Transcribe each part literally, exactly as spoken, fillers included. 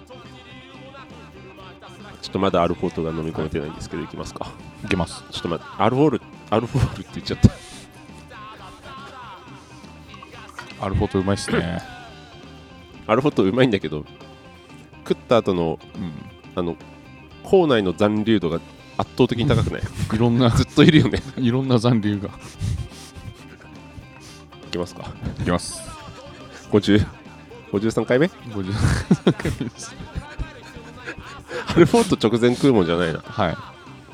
ちょっとまだアルフォートが飲み込めてないんですけど、いきますか。 いけます。 ちょっと待って、アルフォールアルフォールって言っちゃった。 アルフォートうまいっすね。 アルフォートうまいんだけど、食った後の、 うん、 あの口内の残留度が圧倒的に高くない？ いろんなずっといるよね。 いろんな残留が。 いきますか。 いきます。 ごじゅう、ごじゅうさんかいめ？ ごじゅうさんかいめです。 アルフォート直前食うもんじゃないな。 はい。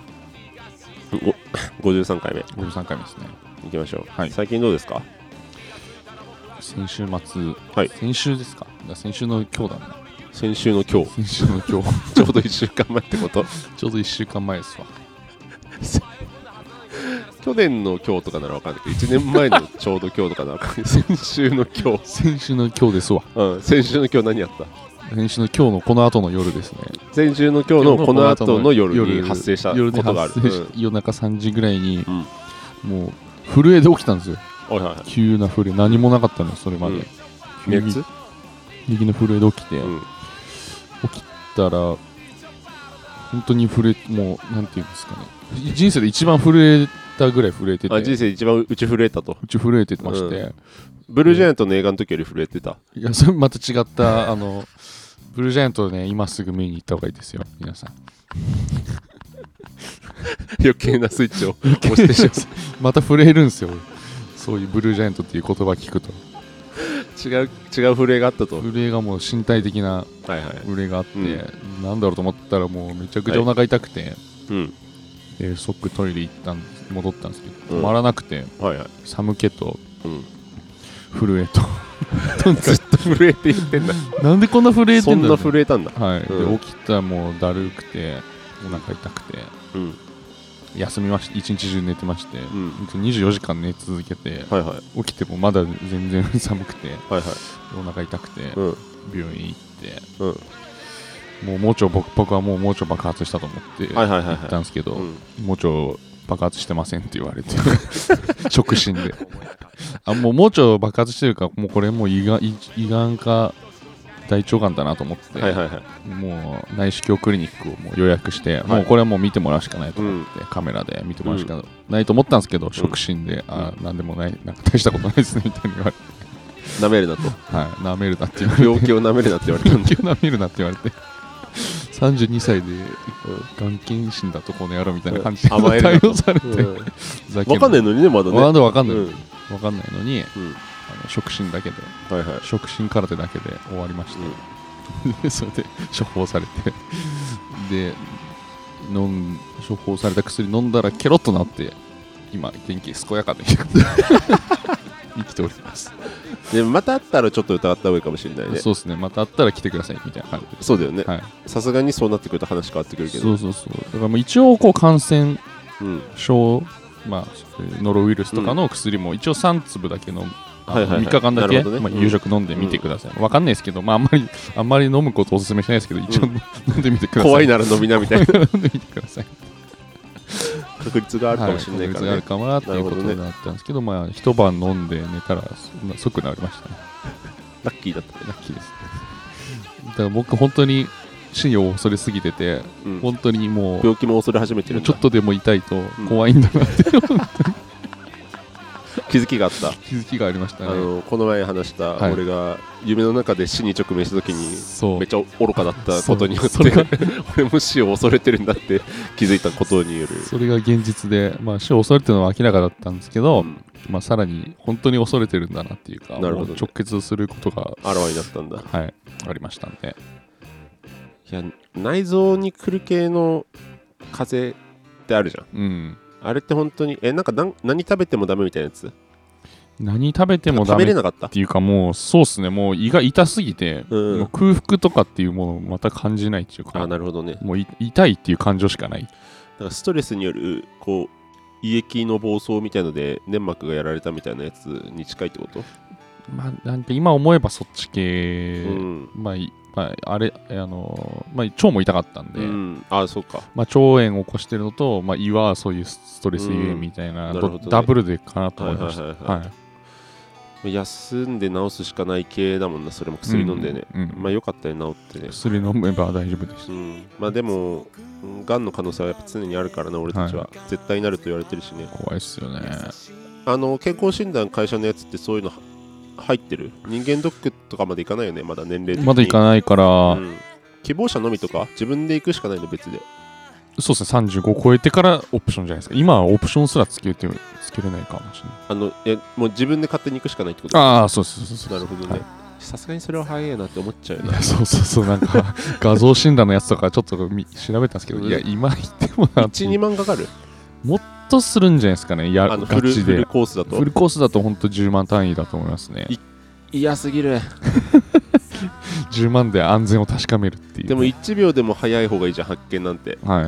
ごじゅうさんかいめ。 ごじゅうさんかいめですね。 いきましょう。 はい、 最近どうですか？ 先週末、 はい、 先週ですか？先週の今日だね。 先週の今日。 先週の今日。 ちょうどいっしゅうかんまえってこと？ ちょうどいっしゅうかんまえですわ。 去年の今日とかならわかんないけど、いちねんまえのちょうど今日とかならわかんない。先週の今日。 先週の今日ですわ。 うん、先週の今日何やった？ 先週の今日のこの後の夜ですね。 先週の今日のこの後の夜に発生したことがある。 夜, うん、夜中さんじぐらいに、 うん、 もう震えで起きたんですよ。 はいはいはい、 急な震え、何もなかったのよそれまで。うん、 熱？ 右の震えで起きて、うん、起きたら本当に震え、もうなんていうんですかね、人生で一番震えたぐらい震えてて。 あ、人生で一番うち震えたと。 うち震えてまして、うん、 ブルージャイアントの映画の時より震えてた。 いや、それまた違ったあのブルージャイアントね、今すぐ見に行った方がいいですよ皆さん。 余計なスイッチを押してしまう。 また震えるんですよ、そういうブルージャイアントっていう言葉聞くと。 違う違う震えがあったと。 震えがもう身体的な震えがあって、はいはい、うん、なんだろうと思ったらもうめちゃくちゃお腹痛くて、はい、うん、で即トイレ行ったん戻ったんですけど、うん、止まらなくて、はいはい、寒気と、うん、震えとずっと震えていってんだ。 なんでこんな震えてんだろう。 そんな震えたんだ。 はい、 うん、 で起きたらもうだるくてお腹痛くて、うん、休みまして一日中寝てまして、うん、にじゅうよじかん寝続けて、はいはい、起きてもまだ全然寒くて、はいはい、お腹痛くて、うん、病院行って、うん、もう盲腸僕僕はもう盲腸爆発したと思って行ったんですけど、盲腸爆発してませんって言われて触診であ、もう盲腸爆発してるか、もうこれもう胃が胃胃がんか大腸がんだなと思って、はいはいはい、もう内視鏡クリニックをもう予約して、はい、もうこれはもう見てもらうしかないと思って、うん、カメラで見てもらうしかないと思ったんですけど、うん、触診で、うん、あ、なんでもない、なんか大したことないですねみたいに言われて、 なめるなと、 はい、なめるなって言われて、 病気をなめるなって言われて、 病気をなめるなって言われてさんじゅうにさいでがん検診だとこの野郎みたいな感じで対応されて、 うん、分かんないのにね、まだね、 まだ分かんない、うん、分かんないのに、うん、あの触診だけで、はいはい、触診空手だけで終わりまして、うん、それで処方されてで飲ん処方された薬飲んだらケロッとなって、今元気健やかで生きております。 でまた会ったらちょっと疑った方がいいかもしれないね。 そうですね、また会ったら来てくださいみたいな感じで。 そうだよね、さすがにそうなってくると話変わってくるけど、 そうそうそう、だからもう一応こう感染症、うん、まあ、ノロウイルスとかの薬も一応さんつぶだけの、あのみっかかんだけ、ね、まあ、夕食飲んでみてください、うん、わかんないですけど、まあ、あんまりあんまり飲むことおすすめしないですけど、一応、うん、飲んでみてください。 怖いなら飲みなみたいな飲んでみてください。 確率があるかもしれないからね、 はい、確率があるかもなっていうことになったんですけど、ね、まあ一晩飲んで寝たら即治りましたね。 ラッキーだったね。 ラッキーです。だから僕本当に死に恐れすぎてて、うん、本当にもう病気も恐れ始めてるんだ。 ちょっとでも痛いと怖いんだなって、うん、 気づきがあった。 気づきがありましたね。 あのこの前話した、はい、俺が夢の中で死に直面した時にめっちゃ愚かだったことによって俺も死を恐れてるんだって気づいたことによる。 それが現実で、まあ、死を恐れてるのは明らかだったんですけど、うん、まあ、さらに本当に恐れてるんだなっていうか、なるほどね、直結することがあらわになったんだ。 はい、ありましたんで。 いや、内臓に来る系の風邪ってあるじゃん、うん、あれって本当にえなんか何何食べてもダメみたいなやつ。 何食べてもダメっていうか、もうそうっすね、もう胃が痛すぎて、うん、もう空腹とかっていうものをまた感じないっていうか。 あ、なるほどね。 もう痛いっていう感情しかない。 だからストレスによるこう胃液の暴走みたいので粘膜がやられたみたいなやつに近いってこと？ まあ、なんか今思えばそっち系、うん、まあまあ、あれあの、まあ、腸も痛かったんで、うん、 ああそうか、 まあ、腸炎を起こしてるのと、まあ、胃はそういうストレスゆえみたいな、うん、ダブルでかなと思いました。 休んで治すしかない系だもんな。それも薬飲んでね、うんうん、まあよかったよ治ってね。 薬飲めば大丈夫です、 うん、まあでもがんの可能性はやっぱ常にあるからな俺たちは、はい、絶対になると言われてるしね。 怖いっすよね。 あの健康診断会社のやつってそういうの入ってる？人間ドックとかまでいかないよねまだ年齢的に。 まだいかないから、うん、 希望者のみとか自分で行くしかないの別で。 そうですね、さんじゅうご超えてからオプションじゃないですか。今はオプションすらつけてつけれないかもしれない。 あのいやもう自分で勝手に行くしかないってこと？ ああ、そうそうそうそう。 なるほどね。さすがにそれは早いなって思っちゃうよね。 いやそうそうそう、なんか画像診断のやつとかちょっと調べたんですけど、いや今言ってもな。いち、 にまんかかる？ もっとするんじゃないですかね。いや、ガチでフルコースだとフルコースだと本当じゅうまん単位だと思いますね。 嫌すぎる。 じゅうまんで安全を確かめるっていう。 でもいちびょうでも早い方がいいじゃん発見なんて。 はい。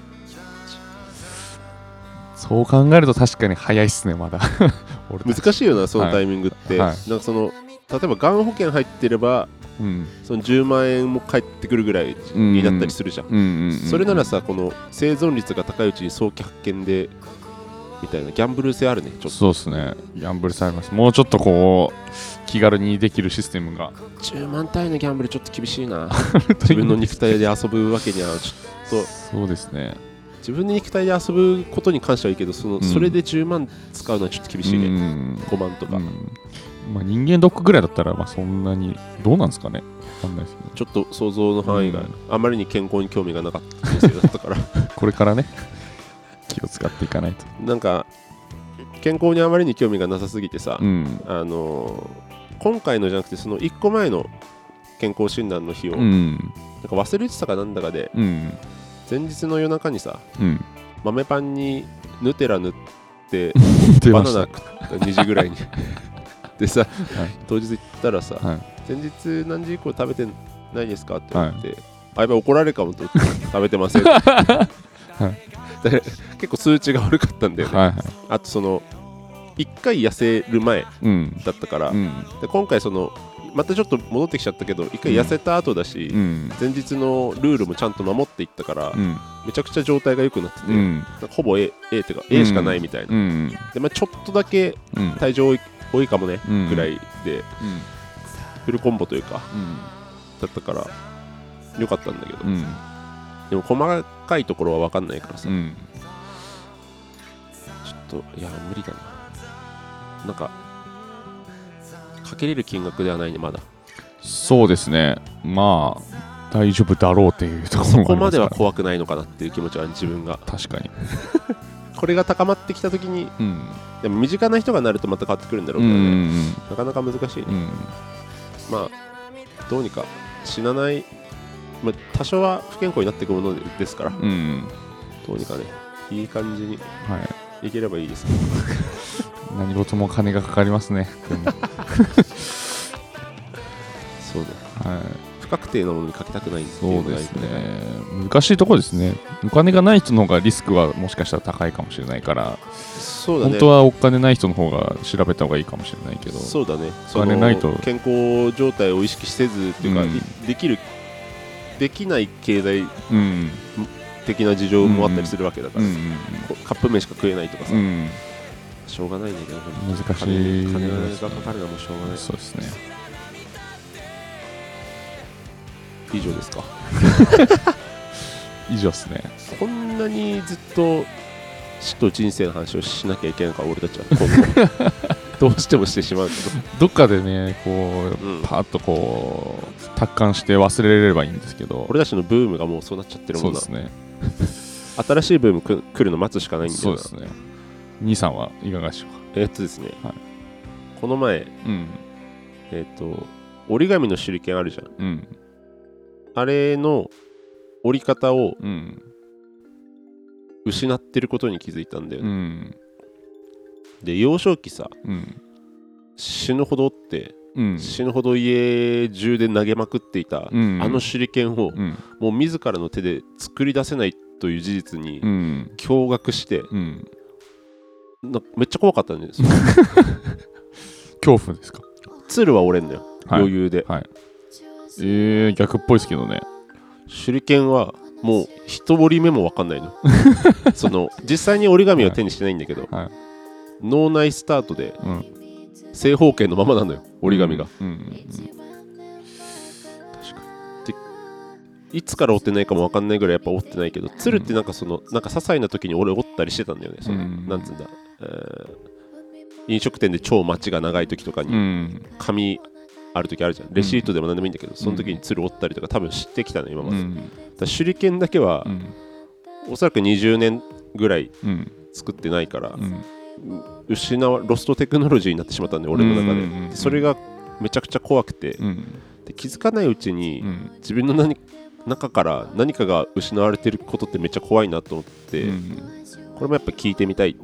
そう考えると確かに早いっすねまだ。 難しいよなそのタイミングって、はいはい、なんかその例えばがん保険入ってれば、うん、そのじゅうまんえんも返ってくるぐらいになったりするじゃん、うんうんうん、それならさこの生存率が高いうちに早期発見でみたいなギャンブル性あるね。ちょっとそうですね、ギャンブル性あります。もうちょっとこう気軽にできるシステムが。 じゅうまん単位のギャンブルちょっと厳しいな。自分の肉体で遊ぶわけにはちょっと。 そうですね、 自分で肉体で遊ぶことに関してはいいけど その、うん、それでじゅうまん使うのはちょっと厳しいね、うん、ごまんとか、うんまあ、人間ドックぐらいだったらまあそんなにどうなんですかね。わかんないですけどちょっと想像の範囲が、うん、あまりに健康に興味がなかった人生だったからこれからね気を使っていかないと。 なんか健康にあまりに興味がなさすぎてさ、うん、あのー、今回のじゃなくてそのいっこまえの健康診断の日を、うん、なんか忘れてたかなんだかで、うん前日の夜中にさ、うん、豆パンにヌテラ塗ってバナナ食ったにじぐらいにでさ、はい、当日行ったらさ、はい、前日何時以降食べてないですかって言って、はい、あやばい怒られるかもと食べてません、はい、で結構数値が悪かったんだよね、はいはい、あとそのいっかい痩せる前だったから、うん、で今回そのまたちょっと戻ってきちゃったけど一回痩せた後だし、うん、前日のルールもちゃんと守っていったから、うん、めちゃくちゃ状態が良くなってて、うん、ほぼ A, A っていうか A しかないみたいな、うん、でまあ、ちょっとだけ体重多いかもね、うん、ぐらいで、うん、フルコンボというか、うん、だったから良かったんだけど、うん、でも細かいところは分かんないからさ、うん、ちょっといや無理だな。なんかかけれる金額ではないねまだ。 そうですね、まあ大丈夫だろうっていうところもありますから、 そこまでは怖くないのかなっていう気持ちは自分が。 確かにこれが高まってきたときに、うん、でも身近な人がなるとまた変わってくるんだろうけどね、うんうんうん、なかなか難しいね、うん、まあどうにか死なない、まあ、多少は不健康になっていくものですから、うんうん、どうにかねいい感じにいければいいですけど、 はい、何事も金がかかりますねでもそうだ、はい、不確定なものにかけたくないんですね。そうですね、難しいところですね。お金がない人の方がリスクはもしかしたら高いかもしれないから、そうだね、本当はお金ない人の方が調べた方がいいかもしれないけど、 そうだね、 お金ないと健康状態を意識せずっていうか、うん、できるできない経済的な事情もあったりするわけだから、うんうんうん、カップ麺しか食えないとかさ、うん、しょうがないんだけど難しい、 金がかかるのもしょうがない。 そうですね。 以上ですか以上ですね。 こんなにずっと死と人生の話をしなきゃいけないから俺たちは今後どうしてもしてしまうけどどっかでねこう、うん、パーッとこう達観して忘れればいいんですけど、 俺たちのブームがもうそうなっちゃってるもんな。 そうですね新しいブームく来るの待つしかないんだよな。 そうですね。兄さんはいかがでしょうか。 えー、っとですね、はい、この前、うん、えー、っと折り紙の手裏剣あるじゃん、うん、あれの折り方を失ってることに気づいたんだよね、うん、で幼少期さ、うん、死ぬほどって、うん、死ぬほど家中で投げまくっていた、うん、あの手裏剣を、うん、もう自らの手で作り出せないという事実に驚愕して、うん、なめっちゃ怖かったんですよ恐怖ですか。 鶴は折れんのよ、はい、余裕で、はい、 えー、逆っぽいですけどね。 手裏剣はもう一折り目も分かんないのその実際に折り紙は手にしてないんだけど、はい、脳内スタートで、うん、 正方形のままなのよ折り紙が、うんうんうん、 確かにいつから折ってないかも分かんないぐらいやっぱ折ってないけど、鶴ってなんかその、うん、なんか些細な時に俺折ったりしてたんだよね。その、うん、なんつうんだ、えー、飲食店で超待ちが長い時とかに紙ある時あるじゃん、レシートでも何でもいいんだけど、その時に鶴折ったりとか多分知ってきたの今まで、うん、だ手裏剣だけは、うん、おそらくにじゅうねんぐらい作ってないから、うん、失わロストテクノロジーになってしまったんで俺の中で、うんうんうん、それがめちゃくちゃ怖くて、うん、で気づかないうちに、うん、自分の何中から何かが失われてることってめっちゃ怖いなと思って、うん、これもやっぱ聞いてみたい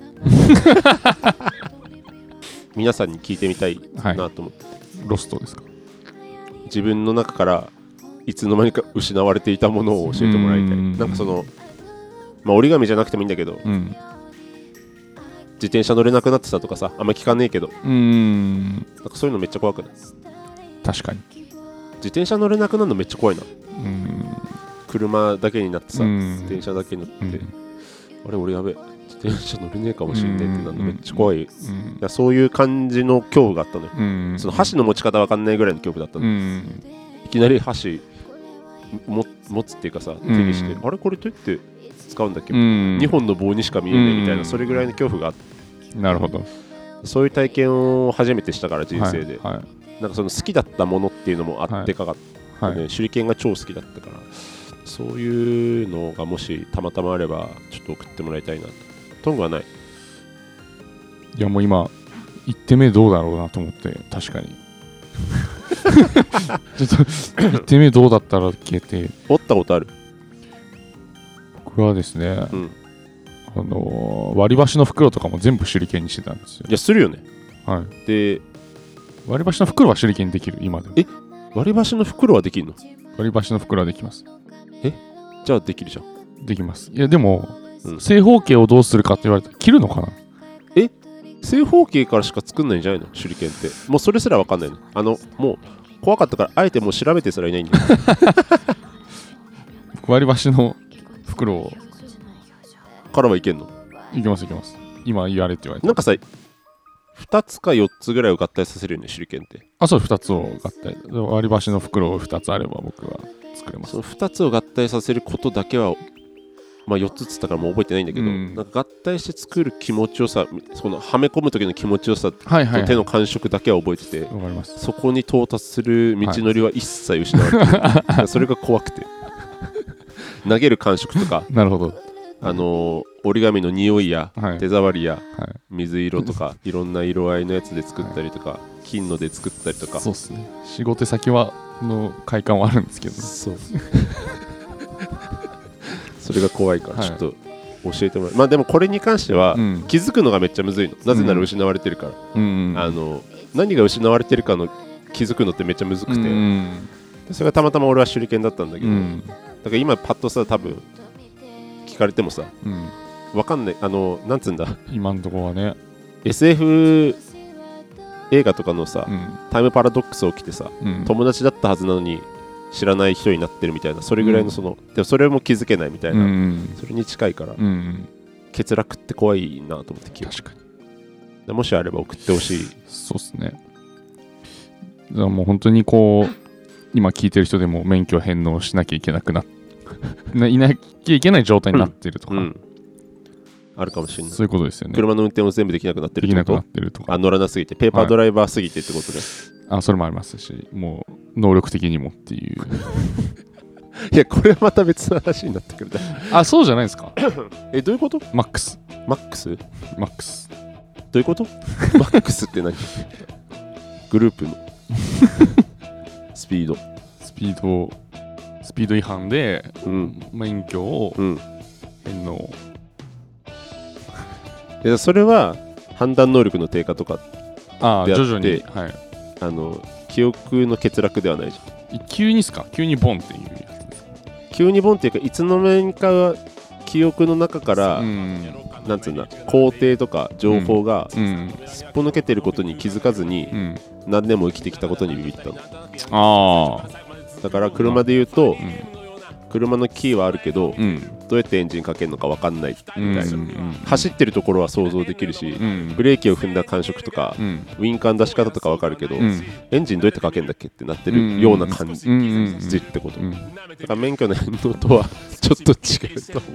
皆さんに聞いてみたいなと思って、はい、 ロストですか。 自分の中からいつの間にか失われていたものを教えてもらいたい。んなんかその、まあ、折り紙じゃなくてもいいんだけど、うん、自転車乗れなくなってたとかさ、あんま聞かねえけど、うーんなんかそういうのめっちゃ怖くない？ 確かに自転車乗れなくなるのめっちゃ怖いな。うん車だけになってさ、自転車だけになって、うん、あれ俺やべえ自転車乗れねえかもしれねえってなるのめっちゃ怖い、うん、いやそういう感じの恐怖があったのよ、うん、その箸の持ち方わかんないぐらいの恐怖だったの、うん、いきなり箸も持つっていうかさ手にして、うん、あれこれどうやって使うんだっけ、うん、にほんの棒にしか見えないみたいな、それぐらいの恐怖があって、 なるほど、 そういう体験を初めてしたから人生で、はいはい、なんかその好きだったものっていうのもあってかかった、ねはい、手裏剣が超好きだったから、そういうのがもしたまたまあればちょっと送ってもらいたいなと。トングはない？ いやもう今いってめどうだろうなと思って、確かにちょっといってめどうだったらっけって折ったことある？ 僕はですね、うん、あの割り箸の袋とかも全部手裏剣にしてたんですよ。 いやするよね。 はい。で割り箸の袋は手裏剣にできる今でも。 え割り箸の袋はできるの？ 割り箸の袋はできます。 えじゃあできるじゃん。 できます。いやでも、うん、正方形をどうするかって言われたら切るのかな。 え正方形からしか作んないんじゃないの手裏剣って。もうそれすら分かんないの。あのもう怖かったからあえてもう調べてすらいないんだよ割り箸の袋をからはいけんの？ いけますいけます。今言われって言われてなんかさふたつかよっつぐらいを合体させるよね手裏剣って。 あそうふたつを合体、割り箸の袋をふたつあれば僕は作れます。 そのふたつを合体させることだけはまあよっつっつったからもう覚えてないんだけど、うん、なんか合体して作る気持ちよさ、そのはめ込む時の気持ちよさと手の感触だけは覚えてて、はいはいはい、そこに到達する道のりは一切失われてる、はい、それが怖くて投げる感触とかなるほど、 あのー、折り紙の匂いや、はい、手触りや、はい、水色とかいろんな色合いのやつで作ったりとか、はい、金ので作ったりとか。 そうですね、仕事先はの快感はあるんですけど、ね、 そうそれが怖いからちょっと教えてもらう、はい、まあでもこれに関しては気づくのがめっちゃむずいの、なぜなら失われてるから、うん、あの何が失われてるかの気づくのってめっちゃむずくて、うん、それがたまたま俺は手裏剣だったんだけど、うん、だから今パッとさ多分聞かれてもさ、うん、わかんない、あのなんつうんだ今のところはねエスエフ 映画とかのさ、うん、タイムパラドックスを着てさ、うん、友達だったはずなのに知らない人になってるみたいな、それぐらいのその、うん、でもそれも気づけないみたいな、うん、それに近いから、うん、欠落って怖いなと思って確かにもしあれば送ってほしい。 そうっすね。だからもう本当にこう今聞いてる人でも免許返納しなきゃいけなくなっていなきゃいけない状態になってるとか、うんうん、 あるかもしれない。 そういうことですよね。 車の運転を全部できなくなってるってこと。できなくなってるとか、あ乗らなすぎてペーパードライバーすぎてってことで、 はい、あそれもありますし、もう能力的にもっていういやこれはまた別の話になってくるあそうじゃないですかえどういうこと？ マックスマックスマックスどういうことマックスって何グループのスピードスピードスピード違反で、うん、免許を返納、 うん、それは判断能力の低下とかであって徐々に、はい、 あの記憶の欠落ではないじゃん。急にっすか？急にボンっていうやつですか？ 急にボンっていうかいつの間にか記憶の中から、うん、なんつうんだ工程とか情報が、うん、すっぽ抜けてることに気づかずに、うん、何年も生きてきたことにビビったの。あだから車で言うと、うん、車のキーはあるけど、うん、 どうやってエンジンかけるのか分かんないみたいな、うんうんうん、走ってるところは想像できるし、うん、ブレーキを踏んだ感触とか、うん、ウインカーの出し方とか分かるけど、うん、エンジンどうやってかけるんだっけってなってるような感じってこと、うんうんうん、だから免許の返納とはちょっと違うと思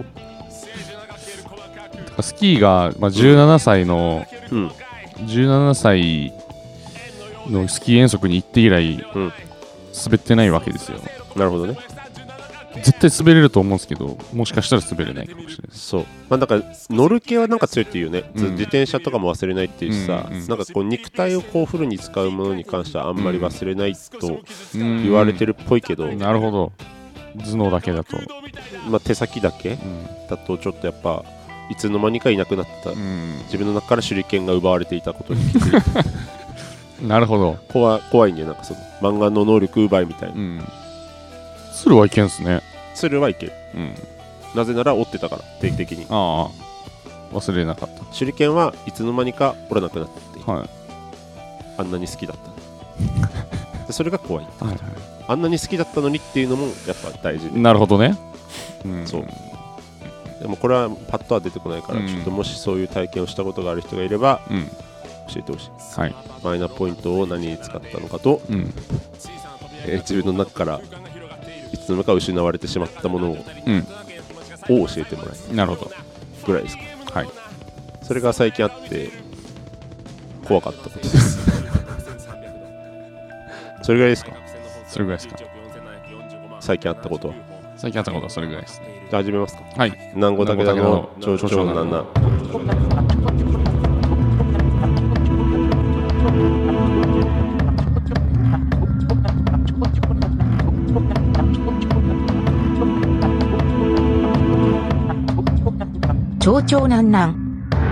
う。 スキーが、まあ、じゅうななさいの、うん、じゅうななさいのスキー遠足に行って以来、うん、滑ってないわけですよ。 なるほどね。 絶対滑れると思うんですけど、もしかしたら滑れないかもしれない。 そう、まあ、だから乗る系はなんか強いっていうね、うん、自転車とかも忘れないっていうしさ、うんうん、なんかこう肉体をこうフルに使うものに関してはあんまり忘れないと言われてるっぽいけど、うんうん、 なるほど。頭脳だけだと、 まあ、手先だけ、うん、だとちょっとやっぱいつの間にかいなくなった、うん、自分の中から手裏剣が奪われていたことに気づいてなるほど。 怖怖いね、なんかその漫画の能力奪いみたいな、うん、 鶴はいけんすね。 鶴はいける、うん、なぜなら折ってたから定期的に。 ああ、忘れなかった。 手裏剣はいつの間にか折らなくなって、はい、あんなに好きだったでそれが怖い、はいはい、あんなに好きだったのにっていうのもやっぱ大事で。 なるほどね、 うん、そう。でもこれはパッとは出てこないから、うん、ちょっともしそういう体験をしたことがある人がいれば、うん、教えてほしい、はい、マイナポイントを何に使ったのかと、うん、えー、自分の中からいつの間にか失われてしまったものを、うん、を教えてもらえなるほどぐらいですか。はい。それが最近あって怖かったことですそれぐらいですか。 それぐらいですか。 最近あったことは最近あったことはそれぐらいですね。 じゃあ始めますか。 はい。 南郷武田のちょうちょうなな。 ちょうちょうなんなん。よ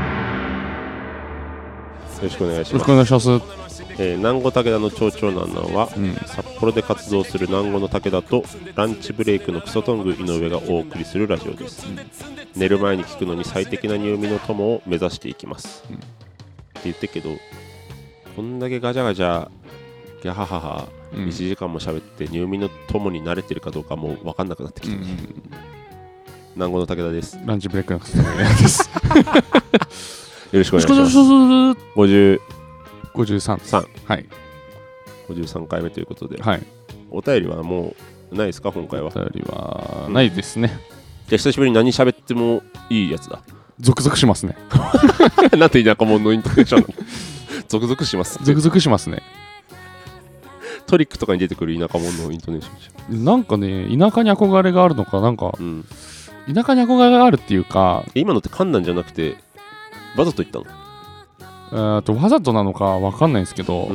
ろしくお願いします。 よろしくお願いします。 えー、南郷武田のちょうちょうなんなんは、うん、札幌で活動する南郷の武田とランチブレイクのクソトング井上がお送りするラジオです、うん、寝る前に聞くのに最適な入眠の友を目指していきます、うん、って言ってるけど、こんだけガチャガチャギャハハハ、うん、いちじかんも喋って入眠の友に慣れてるかどうかもう分かんなくなってきて、うんうん、南郷の武田です。 ランチブレイクのクソトングですよろしくお願いします。ごじゅうごじゅうさん、 はい、ごじゅうさんかいめということで、はい、お便りはもうないですか今回は。 お便りはないですね、 うん、じゃあ久しぶりに何喋ってもいいやつだ。 ゾクゾクしますねなんて田舎者のイントネーションゾクゾクしますゾクゾクしますね。 トリックとかに出てくる田舎者のイントネーション。なんかね、田舎に憧れがあるのか、なんか、うん、田舎に憧れがあるっていうか、 今のってカンナンじゃなくてわざと言ったの？ えとわざとなのかわかんないんですけど、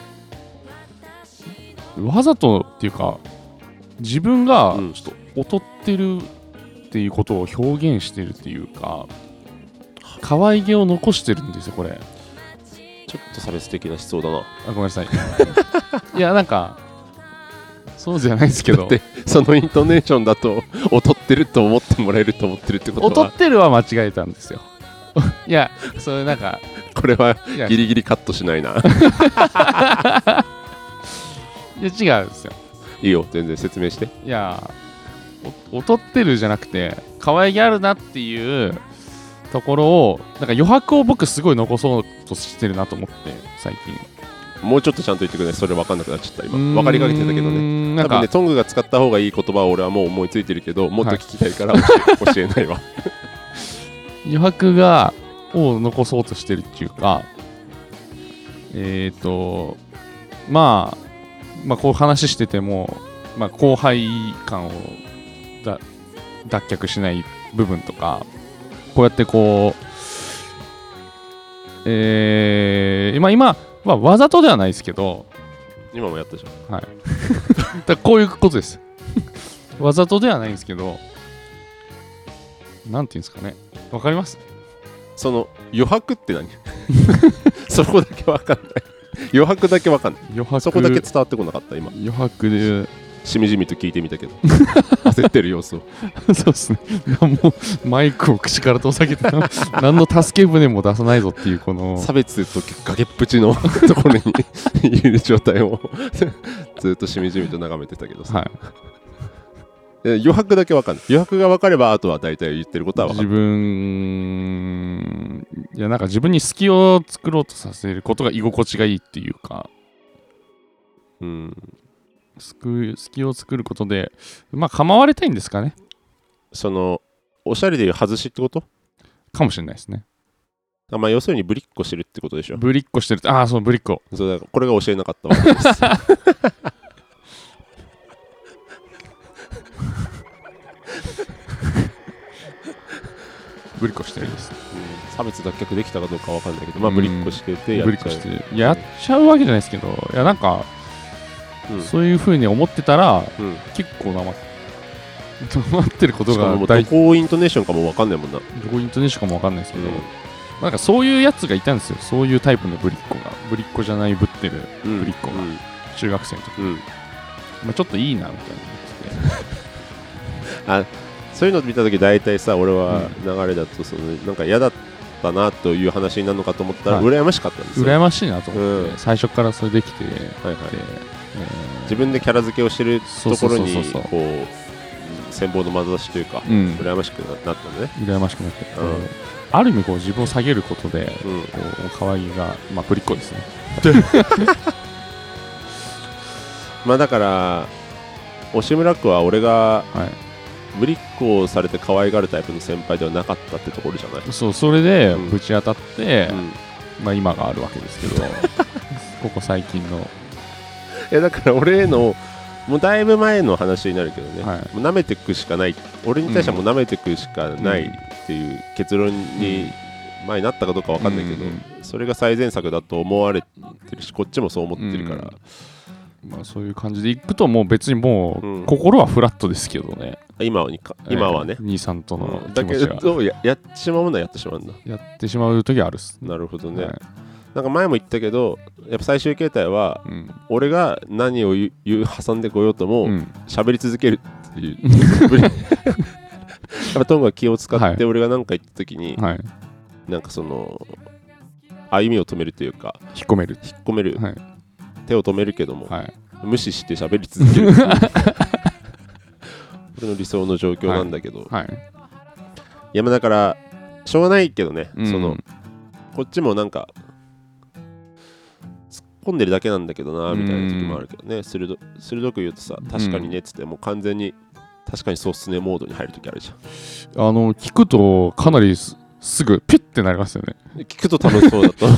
うん、わざとっていうか自分がちょっと劣ってるっていうことを表現してるっていうか、可愛げを残してるんですよこれ。 ちょっと差別的な思想だな。あ、 ごめんなさいいやなんかそうじゃないですけど、だってそのイントネーションだと劣ってると思ってもらえると思ってるってことは、 劣ってるは間違えたんですよいやそれなんかこれはギリギリカットしないな。いや違うんですよ。 いいよ全然説明して。 いや劣ってるじゃなくて可愛げあるなっていうところをなんか余白を僕すごい残そうとしてるなと思って最近。 もうちょっとちゃんと言ってくれない。それ分かんなくなっちゃった今。分かりかけてたけどね。多分ねトングが使った方がいい言葉を俺はもう思いついてるけどもっと聞きたいから教え、はい、教えないわ余白がを残そうとしてるっていうか、えっ、ー、とまあまあこう話してても、まあ、後輩感をだ脱却しない部分とか、こうやってこうえー、今今まあわざとではないですけど、 今もやったじゃん。はい。 だこういうことです。わざとではないんですけど、なんていうんですかね。わかります？ その余白って何？そこだけわかんない。余白だけわかんない。余白そこだけ伝わってこなかった今。 余白でしみじみと聞いてみたけど焦ってる様子をそうですね。もうマイクを口から遠ざけて何の助け舟も出さないぞっていうこの差別と崖っぷちのところにいる状態をずっとしみじみと眺めてたけどさ、はい、 余白だけ分かんない。余白が分かればあとは大体言ってることは分かる。 自分いやなんか自分に隙を作ろうとさせることが居心地がいいっていうか、 うん、 隙を作ることでまあ構われたいんですかね。 そのおしゃれでいう外しってことかもしれないですね。 あ、まあ要するにぶりっこしてるってことでしょ。 ぶりっこしてるって、ああそうぶりっこ。 そうだからこれが教えなかったわけです。 ぶりっこしてるんです、うん、 差別脱却できたかどうかわかんないけど、まあぶりっこしててやっちゃう。ぶりっこしてやっちゃうわけじゃないですけど、いやなんか、うん、そういう風に思ってたら、うん、結構なま黙ってることが大事。どこイントネーションかもわかんないもんな。 どこイントネーションかもわかんないですけど、うん、なんかそういうやつがいたんですよ。そういうタイプのぶりっ子が、ぶりっ子じゃないぶってるぶりっ子が、うん、中学生の時、うん、まあ、ちょっといいなみたいな思っててあ、そういうの見た時大体さ、俺は流れだとそのなんか嫌だったなという話になるのかと思ったら、はい、羨ましかったんですよ。 羨ましいなと思って、うん、最初からそれできて、はいはい、えー、自分でキャラ付けをしてるところにこう羨望の眼差しというか、うん、羨ましくなったのね。 羨ましくなって、うん、ある意味こう自分を下げることで、うん、こう可愛いが、まあ、ぶりっ子ですね。 まあだから押村区は俺が、はい、ぶりっ子をされて可愛がるタイプの先輩ではなかったってところじゃない。 そう、それでぶち当たって、うん、まあ今があるわけですけどここ最近のいやだから俺へのもうだいぶ前の話になるけどね、はい、もう舐めていくしかない、俺に対してはもう舐めていくしかないっていう結論に前になったかどうか分かんないけど、うんうん、それが最善策だと思われてるし、こっちもそう思ってるから、 うん、まあ、そういう感じでいくともう別にもう、うん、心はフラットですけどね。 今はにか今はね、 えー、兄さんとの気持ちが、うん、だけど や, やってしまうものはやってしまうんだ。 やってしまう時はあるっす。 なるほどね、はい、なんか前も言ったけどやっぱ最終形態は、うん、俺が何を言う挟んでこようとも喋、うん、り続けるっていうやっぱトンが気を使って俺が何か言った時に、はい、なんかその歩みを止めるというか引っ込める引っ込める、はい、手を止めるけども、はい、無視して喋り続ける俺の理想の状況なんだけど、はいはい、いやまあだからしょうがないけどね、うん、そのこっちもなんか込んでるだけなんだけどなみたいな時もあるけどね、鋭, 鋭く言うとさ、確かにねっつってもう完全に確かにそうっすねモードに入る時あるじゃん。あの聞くとかなり す, すぐピュッてなりますよね。 聞くと楽しそうだと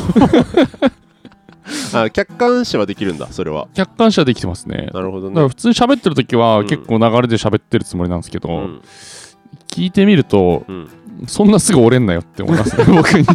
あ、客観視はできるんだ。それは客観視はできてますね。 なるほどね。 だから普通に喋ってる時は結構流れで喋ってるつもりなんですけど、うん、聞いてみると、うん、そんなすぐ折れんなよって思いますね僕に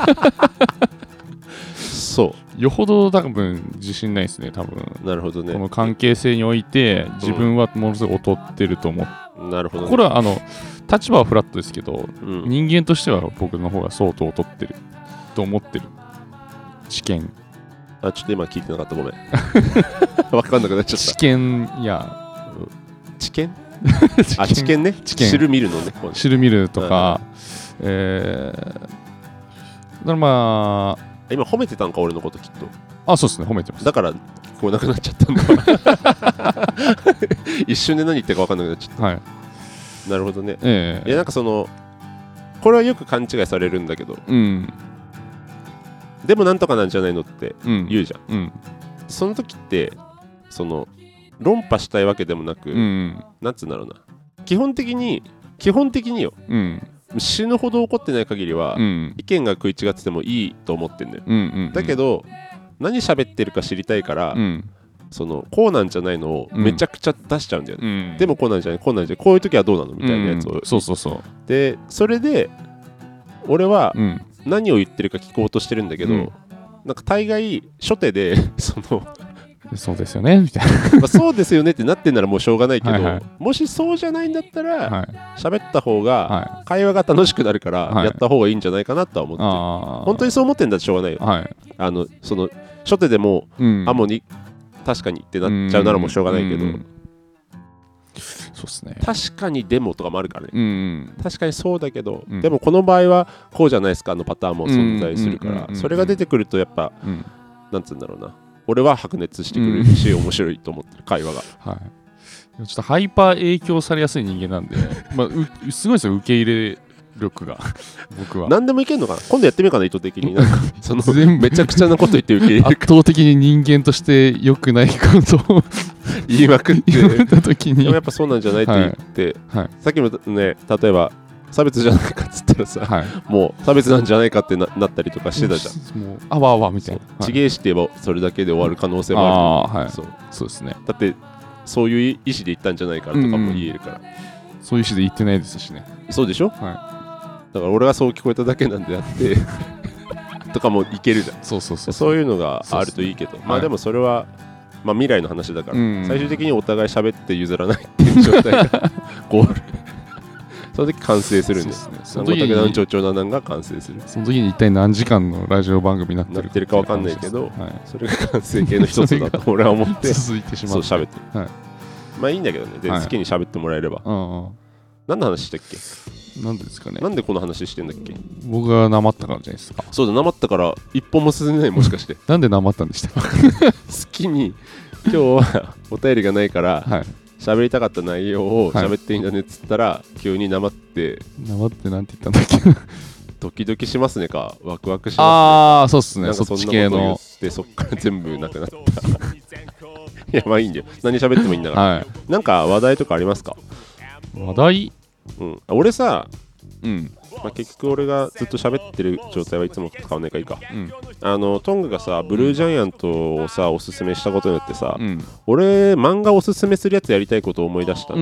そうよほど多分自信ないですね多分。 なるほどね。 この関係性において自分はものすごい劣ってると思う、 うん、なるほど、ね、 これはあの立場はフラットですけど、うん、人間としては僕の方が相当劣ってると思ってる。知見あ、ちょっと今聞いてなかった、ごめん分かんなくなっちゃった。 知見や、 うん、知見あ、知見ね。知見知る見るのね。 知る見るとか、えー、だからまあ今褒めてたんか俺のこときっと。 あ、そうですね、褒めてます。 だから聞こえなくなっちゃったんだ一瞬で何言ってるか分かんなくなっちゃった、はい、なるほどね、えー、いやなんかそのこれはよく勘違いされるんだけど、うん、でもなんとかなんじゃないのって言うじゃん、うんうん、その時ってその論破したいわけでもなく、うん、なんつうんだろうな、基本的に基本的によ、うん、死ぬほど怒ってない限りは、うん、意見が食い違っててもいいと思ってんだよ、うんうんうん、だけど何喋ってるか知りたいから、うん、そのこうなんじゃないのをめちゃくちゃ出しちゃうんだよね、うん、でもこうなんじゃないこうなんじゃないこういう時はどうなのみたいなやつを、うん、 そうそうそうでそれで俺は何を言ってるか聞こうとしてるんだけど、うん、なんか大概初手でそのそうですよねみたいなまあそうですよねってなってんならもうしょうがないけど、はいはい、もしそうじゃないんだったら喋、はい、った方が会話が楽しくなるからやった方がいいんじゃないかなとは思って、はい、本当にそう思ってんだってしょうがないよ、はい、あのその初手でも、うん、あもうに確かにってなっちゃうならもうしょうがないけど、うんうん、 そうっすね、 確かにでもとかもあるからね、うんうん、確かにそうだけど、うん、でもこの場合はこうじゃないですかのパターンも存在するから、それが出てくるとやっぱ、うん、なんつうんだろうな、俺は白熱してくるし、うん、面白いと思ってる会話が、 はい、 ちょっとハイパー影響されやすい人間なんで、まあ、すごいですよ、受け入れ力が僕は何でもいけんのかな。今度やってみようかな、意図的に。なんかそのめちゃくちゃなこと言って受け入れる圧倒的に人間として良くないことを言いまくって言われた時に、 でもやっぱそうなんじゃないって言って、はいはい、さっきもね、例えば差別じゃないかっつったらさ、はい、もう差別なんじゃないかって な, なったりとかしてたじゃん。もうあわあわみたいな。 ちげえして言えばそれだけで終わる可能性もある、 あ、はい、そう、そうですね。 だってそういう意思で言ったんじゃないかとかも言えるから、うんうん、 そういう意思で言ってないですしね。 そうでしょ、はい、だから俺がそう聞こえただけなんであってとかもいけるじゃん。 そうそうそう、 そういうのがあるといいけど、まあでもそれは、まあ、未来の話だから、うん、最終的にお互い喋って譲らないっていう状態がゴールその時完成するんです。その時に南町長南南が完成する。 その時に一体何時間のラジオ番組になってるか, ってるか分かんないけど、はい、それが完成形の一つだと俺は思って続いてしまう。 そう喋ってる、はい、まあいいんだけどね。で、はい、好きに喋ってもらえれば。何の話したっけ。 なんでですかね。 なんでこの話してんだっけ。 僕がなまったからじゃないですか。 そうだ、なまったから一歩も進んでない。もしかしてなんでなまったんでした好きに今日はお便りがないから、はい、喋りたかった内容を喋っていいんだねっつったら、はい、急になまってなまってなんて言ったんだっけドキドキしますねかワクワクしますねか。 ああそうっすね。なんかそっち系のでそっから全部なくなったいやまあいいんだよ。何喋ってもいいんだから、はい、なんか話題とかありますか。 話題、 うん、俺さ、うんまあ、結局俺がずっと喋ってる状態はいつも変わんないからいいか、うん、あのトングがさブルージャイアントをさおすすめしたことによってさ、うん、俺漫画おすすめするやつやりたいことを思い出したんで、うん、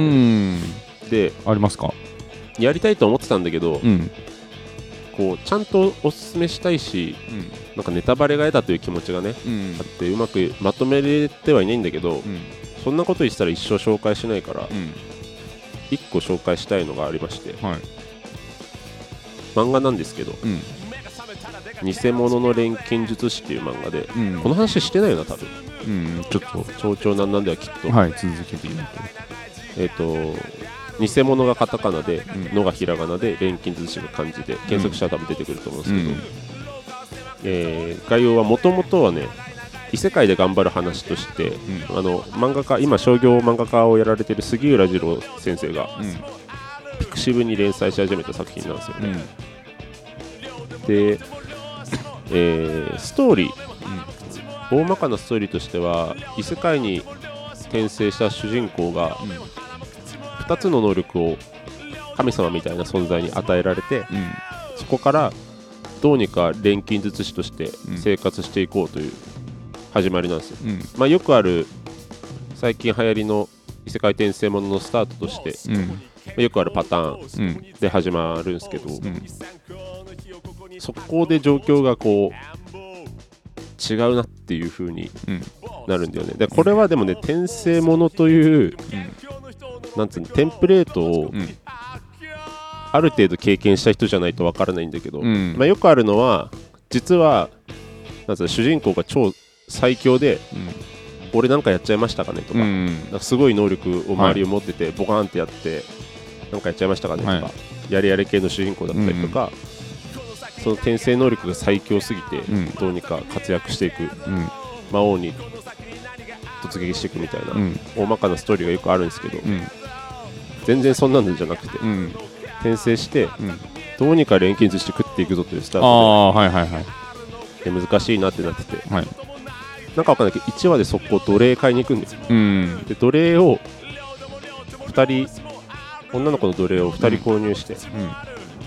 でありますか。 やりたいと思ってたんだけど、うん、こうちゃんとおすすめしたいし、うん、なんかネタバレが得たという気持ちがね、うん、あってうまくまとめれてはいないんだけど、うん、そんなこと言ってたら一生紹介しないから、うん、いっこ紹介したいのがありまして、はい、漫画なんですけど、うん、偽物の錬金術師っていう漫画で、うん、この話してないよな多分、うん、ちょっと長々なんなんではきっと、 はい、続けていいとえっ、ー、と偽物がカタカナで、うん、のがひらがなで錬金術師が漢字で検索したら多分出てくると思うんですけど、うんえー、概要はもともとはね異世界で頑張る話として、うん、あの漫画家今商業漫画家をやられている杉浦二郎先生が、うん、ピクシブに連載し始めた作品なんですよね、うん、で、えー、ストーリー、うん、大まかなストーリーとしては異世界に転生した主人公が、うん、ふたつの能力を神様みたいな存在に与えられて、うん、そこからどうにか錬金術師として生活していこうという始まりなんですよ、うんまあ、よくある最近流行りの異世界転生もののスタートとして、うんよくあるパターンで始まるんですけど、うん、そこで状況がこう違うなっていう風になるんだよね。でこれはでもね転生ものという、うん、なんつうのテンプレートを、うん、ある程度経験した人じゃないとわからないんだけど、うんまあ、よくあるのは実はなんつうの主人公が超最強で、うん俺なんかやっちゃいましたかねとか、うん、なんかすごい能力を周りを持ってて、はい、ボカーンってやってなんかやっちゃいましたかねとか、はい、やれやれ系の主人公だったりとか、うん、その転生能力が最強すぎて、うん、どうにか活躍していく、うん、魔王に突撃していくみたいな、うん、大まかなストーリーがよくあるんですけど、うん、全然そんなのじゃなくて、うん、転生して、うん、どうにか錬金術して食っていくぞというスタートで、あ、はいはいはい、で難しいなってなってて、はいなんかわかんないけどいちわで速攻奴隷買いに行くんですよ、うん、で奴隷をふたり女の子の奴隷をふたり購入して、うんうん、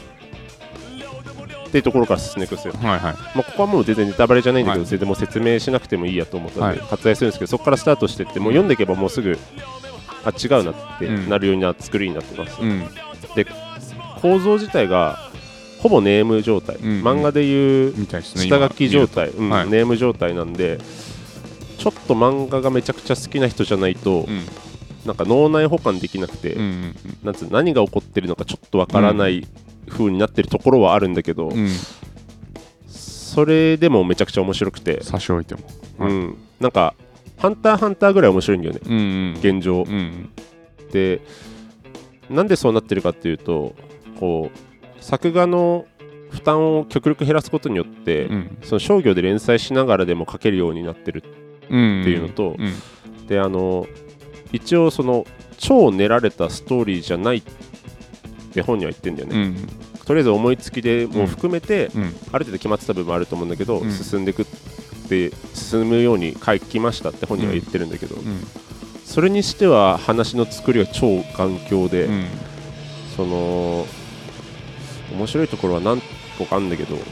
っていうところから進んでいくんですよ、はいはいまあ、ここはもう全然ネタバレじゃないんだけど、はい、全然もう説明しなくてもいいやと思ったので、はい、割愛するんですけどそこからスタートしていってもう読んでいけばもうすぐあ違うなってなるような作りになってます、うん、で構造自体がほぼネーム状態、うんうん、漫画でいう下書き状態、うんはい、ネーム状態なんでちょっと漫画がめちゃくちゃ好きな人じゃないと、うん、なんか脳内保管できなくて、うんうん、なんつう何が起こってるのかちょっとわからない風になってるところはあるんだけど、うん、それでもめちゃくちゃ面白くて差し置いても、 はいうん、なんかハンターハンターぐらい面白いんだよね、うんうん、現状、うん、でなんでそうなってるかっていうとこう作画の負担を極力減らすことによって、うん、その商業で連載しながらでも書けるようになってるっていうのと、うんうん、であの一応その超練られたストーリーじゃないって本には言ってんだよね、うん、とりあえず思いつきでもう含めて、うん、ある程度決まってた部分あると思うんだけど、うん、進んでいくって進むように書きましたって本には言ってるんだけど、うん、それにしては話の作りは超頑強で、うん、その面白いところは何個かあるんだけど、うん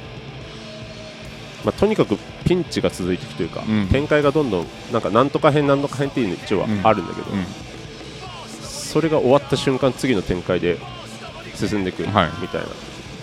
まあ、とにかくピンチが続いていくというか、うん、展開がどんどんなんかなんとか編なんとか編っていうの一応はあるんだけど、うんうん、それが終わった瞬間次の展開で進んでいくみたいな、はい、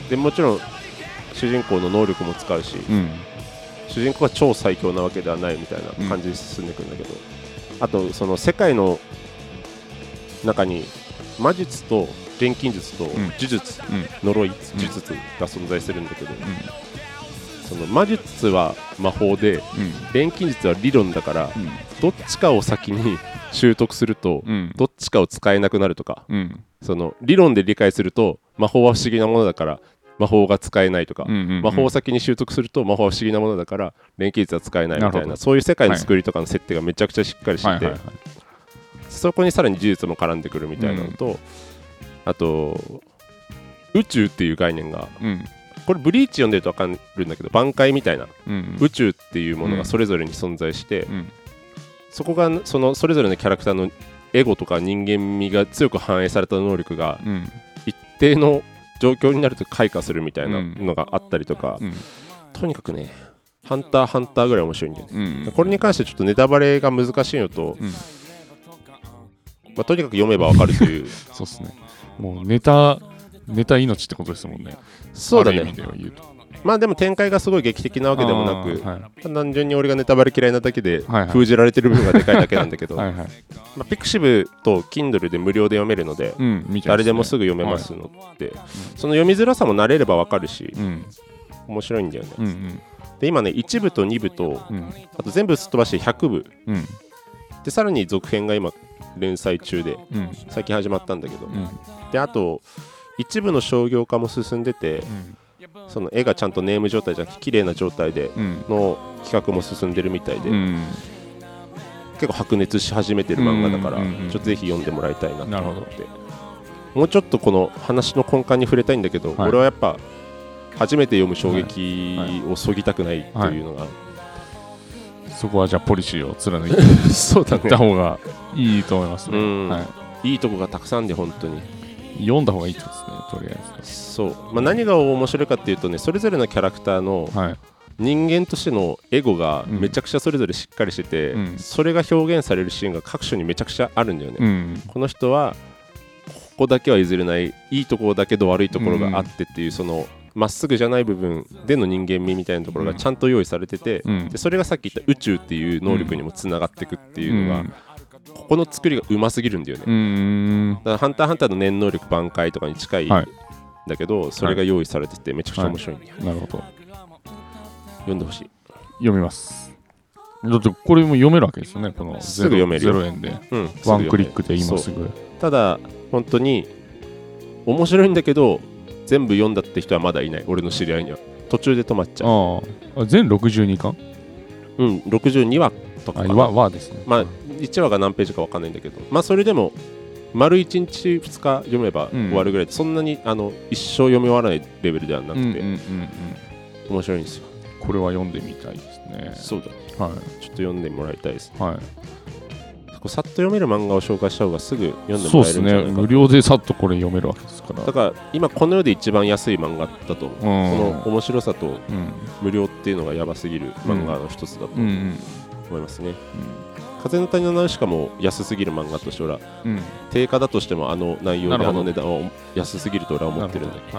でもちろん主人公の能力も使うし、うん、主人公が超最強なわけではないみたいな感じで進んでいくんだけど、あとその世界の中に魔術と錬金術と呪術、うん、呪い呪術が存在するんだけど、うん、その魔術は魔法で、うん、錬金術は理論だから、うん、どっちかを先に習得すると、うん、どっちかを使えなくなるとか、うん、その理論で理解すると魔法は不思議なものだから魔法が使えないとか、うんうんうん、魔法を先に習得すると魔法は不思議なものだから錬金術は使えないみたい な, なそういう世界の作りとかの設定がめちゃくちゃしっかりしてて、はいはいはいはい、そこにさらに呪術も絡んでくるみたいなのと、うん、あと宇宙っていう概念が、うん、これブリーチ読んでると分かるんだけど挽回みたいな、うんうん、宇宙っていうものがそれぞれに存在して、うん、そこがそのそれぞれのキャラクターのエゴとか人間味が強く反映された能力が、うん、一定の状況になると開花するみたいなのがあったりとか、うん、とにかくねハンターハンターぐらい面白いんだよね、うん、これに関してちょっとネタバレが難しいのと、うんまあ、とにかく読めばわかるというそうですね、もうネタネタ命ってことですもんね。 そうだね。まあでも展開がすごい劇的なわけでもなく、はい、単純に俺がネタバレ嫌いなだけで封じられてる部分がでかいだけなんだけどはい、はい、まあ、ピクシブと Kindle で無料で読めるので、うん、ね、誰でもすぐ読めますので、はい、その読みづらさも慣れればわかるし、うん、面白いんだよね、うんうん、で今ねいち部とに部と、うん、あと全部すっ飛ばしてひゃく部、うん、でさらに続編が今連載中で、うん、最近始まったんだけど、うん、であと一部の商業化も進んでて、うん、その絵がちゃんとネーム状態じゃなくて綺麗な状態での企画も進んでるみたいで、うん、結構白熱し始めてる漫画だから、うんうんうん、ちょっとぜひ読んでもらいたいなと思って、もうちょっとこの話の根幹に触れたいんだけど、はい、俺はやっぱ初めて読む衝撃をそぎたくないというのが、はいはい、そこはじゃあポリシーを貫いてそうだね、 いった方がいいと思いますね、 うんはい、いいとこがたくさんで本当に読んだ方がいいですね、とりあえず。 そう、まあ、何が面白いかっていうとね、それぞれのキャラクターの人間としてのエゴがめちゃくちゃそれぞれしっかりしてて、うん、それが表現されるシーンが各所にめちゃくちゃあるんだよね、うん、この人はここだけは譲れない、いいところだけど悪いところがあってっていう、そのまっすぐじゃない部分での人間味みたいなところがちゃんと用意されてて、うん、でそれがさっき言った宇宙っていう能力にもつながっていくっていうのが、うんここの作りがうますぎるんだよね。うーんだからハンターハンターの念能力挽回とかに近いんだけど、はい、それが用意されててめちゃくちゃ面白いんだよ、はい、 なるほど。 読んでほしい。 読みます。だってこれも読めるわけですよね、このすぐ読めるよ。 ゼロえんで、うん、ワンクリックで今すぐ。 ただ本当に面白いんだけど全部読んだって人はまだいない、俺の知り合いには。途中で止まっちゃう。 ああ、全ろくじゅうにかん？ うん、ろくじゅうにわとかかな。 わわですね。 まあいちわが何ページか分かんないんだけど、まあそれでも丸いちにちふつか読めば終わるぐらいで、うん、そんなにあの一生読み終わらないレベルではなくて、うんうんうんうん、面白いんですよ。 これは読んでみたいですね。 そうだね、はい、ちょっと読んでもらいたいですね、はい、さっと読める漫画を紹介した方がすぐ読んでもらえるんじゃないか。そうですね、 無料でさっとこれ読めるわけですから。 だから今この世で一番安い漫画だと、うん、この面白さと無料っていうのがやばすぎる漫画の一つだと思いますね、うんうんうん。風の谷のナウシカも安すぎる漫画として俺は、うん、定価だとしてもあの内容であの値段は安すぎると俺は思ってるので、はい、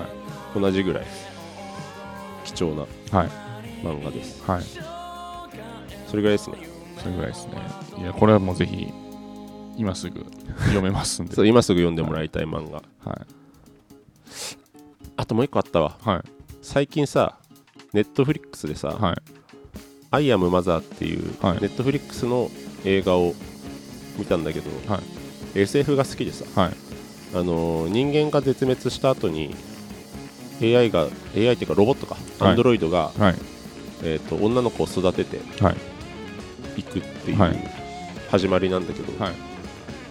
同じぐらい貴重な漫画です、はい、それぐらいですね。 それぐらいですね。いやこれはもうぜひ今すぐ読めますんでそう今すぐ読んでもらいたい漫画、はい、あともう一個あったわ、はい、最近さネットフリックスでさ、はい、アイアムマザーっていうネットフリックスの映画を見たんだけど、はい、エスエフ が好きでさ、はい、あのー、人間が絶滅した後に エーアイ が エーアイ っていうかロボットか、はい、アンドロイドが、はい、えーと、女の子を育てていくっていう始まりなんだけど、はい、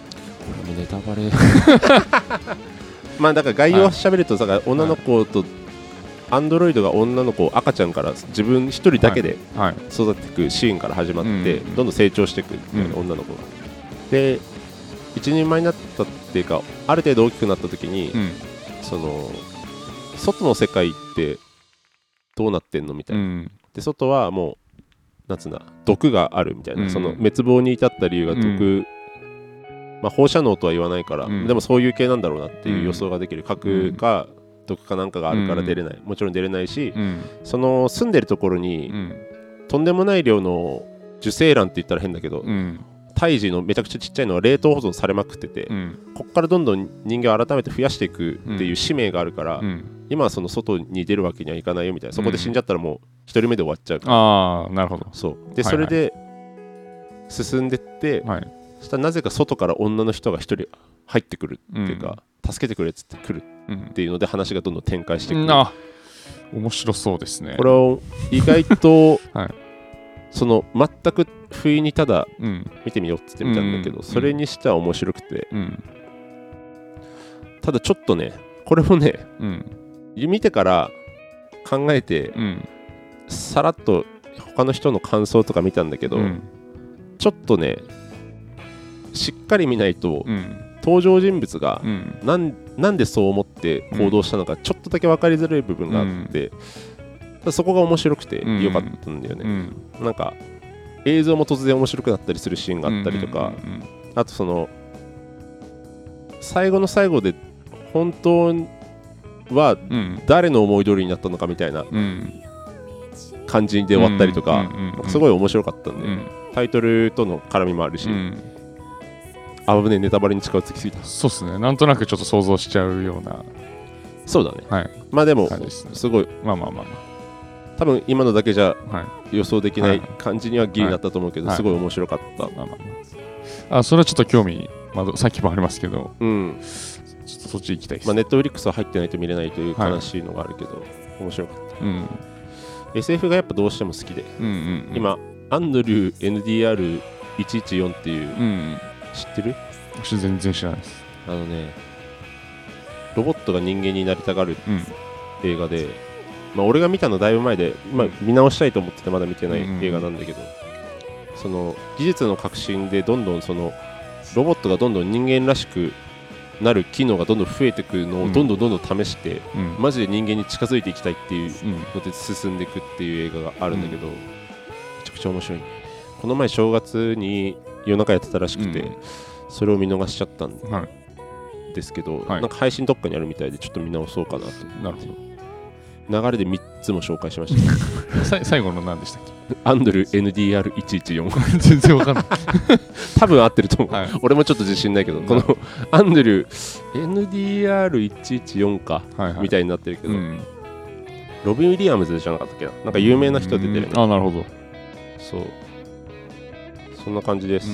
れもネタバレまあだから概要を喋ると、はい、女の子とアンドロイドが女の子を赤ちゃんから自分一人だけで育てていくシーンから始まって、はいはい、どんどん成長していく、うん、女の子がで一人前になったっていうかある程度大きくなった時に、うん、その外の世界ってどうなってんのみたいな、うん、で外はもうなんつうな毒があるみたいな、うん、その滅亡に至った理由が毒、うんまあ、放射能とは言わないから、うん、でもそういう系なんだろうなっていう予想ができる、核か毒かなんかがあるから出れない、うん、もちろん出れないし、うん、その住んでるところに、うん、とんでもない量の受精卵って言ったら変だけど、うん、胎児のめちゃくちゃちっちゃいのは冷凍保存されまくってて、うん、ここからどんどん人間を改めて増やしていくっていう使命があるから、うん、今はその外に出るわけにはいかないよみたいな、そこで死んじゃったらもう一人目で終わっちゃうから、 ああなるほどそうで、はいはい、それで進んでって、はい、そしたらなぜか外から女の人が一人入ってくるっていうか、うん、助けてくれっつって来るっていうので話がどんどん展開してくる、うん、あ面白そうですね。 これを意外と、はい、その全く不意にただ見てみようっつってみたんだけど、うん、それにしては面白くて、うん、ただちょっとねこれもね、うん、見てから考えて、うん、さらっと他の人の感想とか見たんだけど、うん、ちょっとねしっかり見ないと、うん、登場人物が、うん、なん、なんでそう思って行動したのか、うん、ちょっとだけ分かりづらい部分があって、うん、そこが面白くて良かったんだよね、うん、なんか映像も突然面白くなったりするシーンがあったりとか、うんうんうん、あとその最後の最後で本当は誰の思い通りになったのかみたいな感じで終わったりとか、すごい面白かったんで、うん、タイトルとの絡みもあるし、うん、あぶねネタバレに近づきすぎた。 そうっすね、なんとなくちょっと想像しちゃうような。 そうだね、はい、まあでもすごい、 まあまあまあまあ多分今のだけじゃ予想できない感じにはギリだったと思うけど、はいはい、すごい面白かった、はい、まあまあまあ、あそれはちょっと興味、まあ、さっきもありますけど、うん、ちょっとそっち行きたいです。 まあ、ネットフリックスは入ってないと見れないという悲しいのがあるけど、はい、面白かった、うん、エスエフ がやっぱどうしても好きで、うんうんうん、今アンドリュー エヌディーアールいちいちよん っていう、うんうん、知ってる？ 私全然知らないです。 あのねロボットが人間になりたがる映画で、うんまあ、俺が見たのだいぶ前で、まあ、見直したいと思っててまだ見てない映画なんだけど、うん、その技術の革新でどんどんそのロボットがどんどん人間らしくなる機能がどんどん増えていくのをどんどんどんどん試して、うん、マジで人間に近づいていきたいっていうので進んでいくっていう映画があるんだけど、うん、めちゃくちゃ面白い。この前正月に夜中やってたらしくて、うん、それを見逃しちゃったんですけど、はい、なんか配信どっかにあるみたいでちょっと見直そうかなと。 なるほど。 流れでみっつも紹介しました最後の何でしたっけ？ アンドル エヌディーアールいちいちよん全然わかんない多分合ってると思う、はい、俺もちょっと自信ないけど、このアンドル エヌディーアールいちいちよん か、はいはい、みたいになってるけど、うん、ロビン・ウィリアムズじゃなかったっけな、なんか有名な人出てるね。 あ、なるほど。 そうそんな感じです。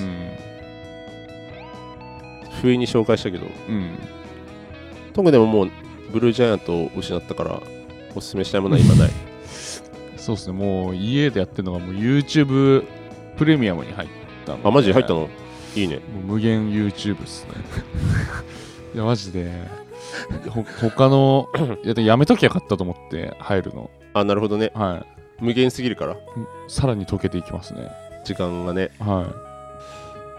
不意に紹介したけど、うん、特にでももうブルージャイアントを失ったからおすすめしたいものは今ないそうですね、もう家でやってるのがもう YouTube プレミアムに入ったので。 あ、マジで入ったの？いいね。 もう無限 YouTube っすねいやマジでほ他のや, やめときゃよかったと思って入るの。 あ、なるほどね、はい、無限すぎるからさらに溶けていきますね、 時間がね。 はい、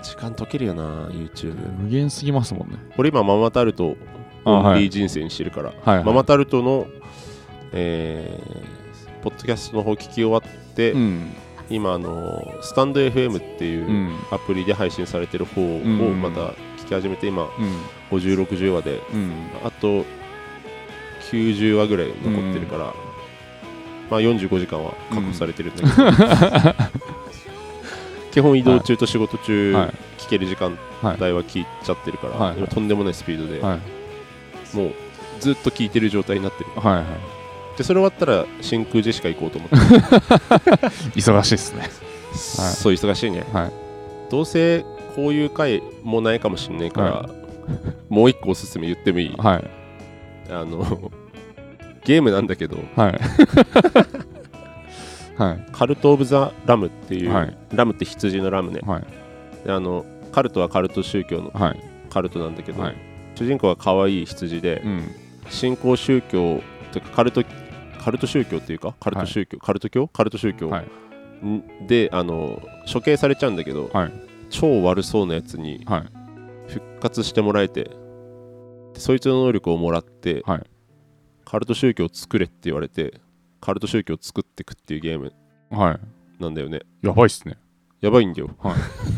時間溶けるよな YouTube。 無限すぎますもんね。 俺今ママタルトオンリー人生にしてるから、はいはい、ママタルトのえー、ポッドキャストの方聞き終わって、うん、今あのスタンド エフエム っていうアプリで配信されてる方をまた聞き始めて今、うん、ごじゅう、ろくじゅうわで、うん、あときゅうじゅうわぐらい残ってるから、うん、まあよんじゅうごじかんは確保されてるんだけど、うん、基本移動中と仕事中、はい、聞ける時間帯は聞いちゃってるから、はい、今とんでもないスピードで、はい、もうずっと聞いてる状態になってる。はいはい。でそれ終わったら真空ジェシカ行こうと思って忙しいですね、はい、 そう忙しいね、はい、どうせこういう回もないかもしれないから、はい、もう一個おすすめ言ってもいい？はい、あのゲームなんだけど、はいはい、カルト・オブ・ザ・ラムっていう、はい、ラムって羊のラムね、はい、であのカルトはカルト宗教のカルトなんだけど、はい、主人公は可愛い羊で、うん、新興宗教というかカルトカルト宗教っていうかカルト宗教、はい、カルト教カルト宗教、はい、であの処刑されちゃうんだけど、はい、超悪そうなやつに復活してもらえて、そいつの能力をもらって、はい、カルト宗教を作れって言われてカルト宗教を作っていくっていうゲームなんだよね、はい、 やばいっすね。 やばいんだよ、はい、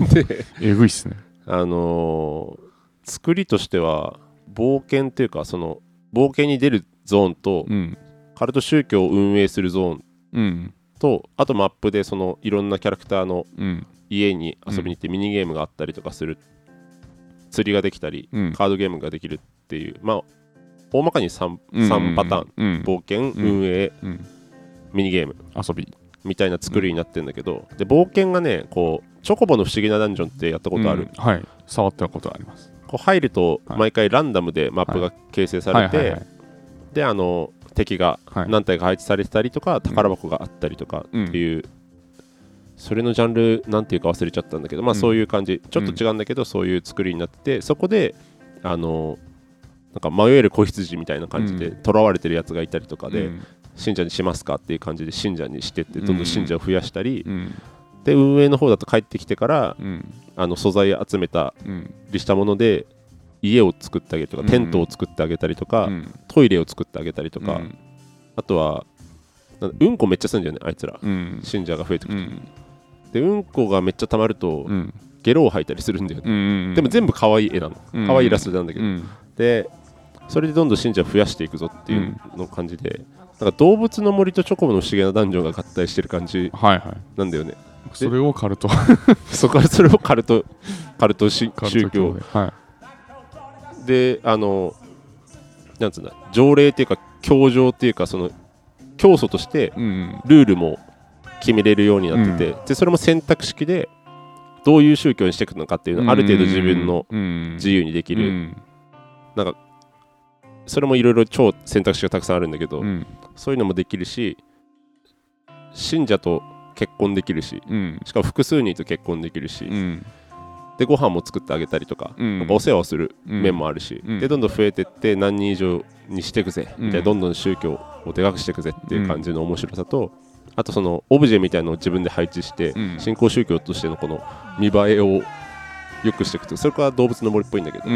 でえぐいっすね。 あのー、作りとしては冒険っていうかその冒険に出るゾーンと、うん、カルト宗教を運営するゾーンと、うん、あとマップでそのいろんなキャラクターの家に遊びに行ってミニゲームがあったりとかする、釣りができたり、うん、カードゲームができるっていう、まあ大まかに 3, 3パターン、うん、冒険、うん、運営、うん、ミニゲーム遊びみたいな作りになってるんだけど、うん、で冒険がねこうチョコボの不思議なダンジョンってやったことある、うん、 はい触ったことあります。 こう入ると毎回ランダムでマップが形成されて、であの敵が何体か配置されてたりとか、はい、宝箱があったりとかっていう、うん、それのジャンルなんていうか忘れちゃったんだけど、まあそういう感じ、うん、ちょっと違うんだけど、そういう作りになってて、そこであのなんか迷える子羊みたいな感じで囚われてるやつがいたりとかで、うん、信者にしますかっていう感じで信者にしてってどんどん信者を増やしたり、うん、で運営の方だと帰ってきてから、うん、あの素材集めたりしたもので家を作ってあげるとか、テントを作ってあげたりとか、うん、トイレを作ってあげたりとか、うん、あとはうんこめっちゃするんだよねあいつら、うん、信者が増えてくる、うん、でうんこがめっちゃ溜まると、うん、ゲロを吐いたりするんだよね、うんうんうん、でも全部可愛い絵なの、うん、可愛いイラストなんだけど、うん、でそれでどんどん信者を増やしていくぞっていうの感じで、なんか動物の森とチョコボの不思議なダンジョンが合体してる感じなんだよね、はいはい、 それをカルトそこからそれをカルトカルト宗教で、はい、であのなんつうんだ条例っていうか教条っていうかその教祖としてルールも決めれるようになってて、うん、でそれも選択式でどういう宗教にしていくのかっていうのをある程度自分の自由にできる、うん、なんかそれもいろいろ超選択肢がたくさんあるんだけど、うん、そういうのもできるし信者と結婚できるし、うん、しかも複数人と結婚できるし、うん、でご飯も作ってあげたりとか、うん、なんかお世話をする面もあるし、うん、でどんどん増えてって何人以上にしていくぜ、うん、みたいなどんどん宗教をでかくしていくぜっていう感じの面白さと、あとそのオブジェみたいなのを自分で配置して、うん、新興宗教としてのこの見栄えを良くしていくと、それから動物の森っぽいんだけど、うん、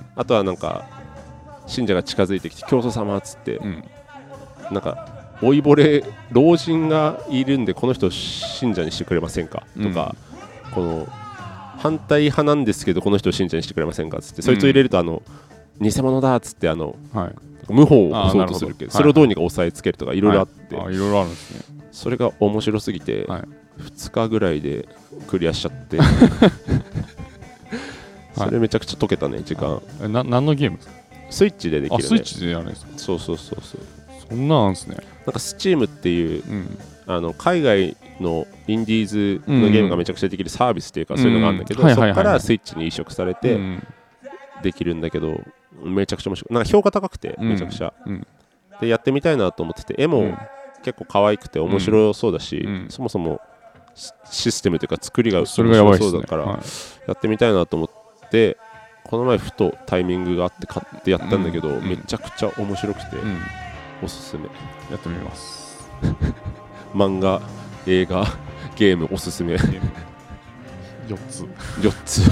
あとはなんか信者が近づいてきて教祖様っつって、うん、なんか老いぼれ老人がいるんでこの人信者にしてくれませんかとか、うん、この反対派なんですけどこの人信者にしてくれませんかっつって、そいつを入れるとあの偽物だっつってあの、はい、謀反を起こそうとするけど、それをどうにか抑えつけるとかいろいろあって、 はい、あいろいろあるんですね。 それが面白すぎて、はい、ふつかぐらいでクリアしちゃってそれめちゃくちゃ解けたね時間。 えな何のゲームですか？ スイッチでできるね。 あスイッチでやるんですか？ そうそうそうそう。 そんなんですね。 なんかスチームっていう、うん、あの海外のインディーズのゲームがめちゃくちゃできるサービスっていうか、うん、そういうのがあるんだけど、うん、そこからスイッチに移植されてできるんだけど、めちゃくちゃ面白い。なんか評価高くてめちゃくちゃ、うんうん、でやってみたいなと思ってて、絵も結構可愛くて面白そうだし、うん、そもそもシステムというか作りが面白そうだから、ねはい、やってみたいなと思ってこの前ふとタイミングがあって買ってやったんだけど、うん、めちゃくちゃ面白くて、うん、おすすめ。 やってみます漫画、映画、ゲームおすすめよっつよっつ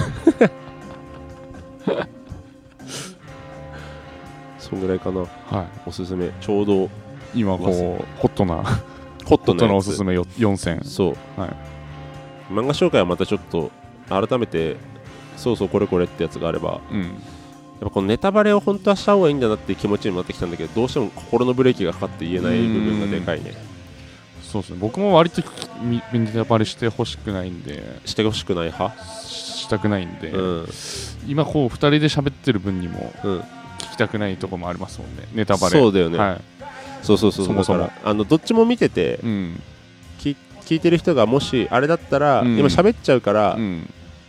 そんぐらいかな、はい、おすすめ。ちょうど今こうホットなホットなおすすめよんせん。 そう、はい、漫画紹介はまたちょっと改めてそうそうこれこれってやつがあれば、うん、やっぱこのネタバレを本当はした方がいいんだなっていう気持ちにもなってきたんだけど、どうしても心のブレーキがかかって言えない部分がでかいね。 そうですね。僕も割とネタバレしてほしくないんで、 してほしくない派したくないんで、うん、今こうふたりで喋ってる分にも聞きたくないところもありますもんね、ネタバレ。 そうだよね、はい、そうそうそう。そもそもだからあのどっちも見てて、うん、聞, 聞いてる人がもしあれだったら、うん、今喋っちゃうから、うん、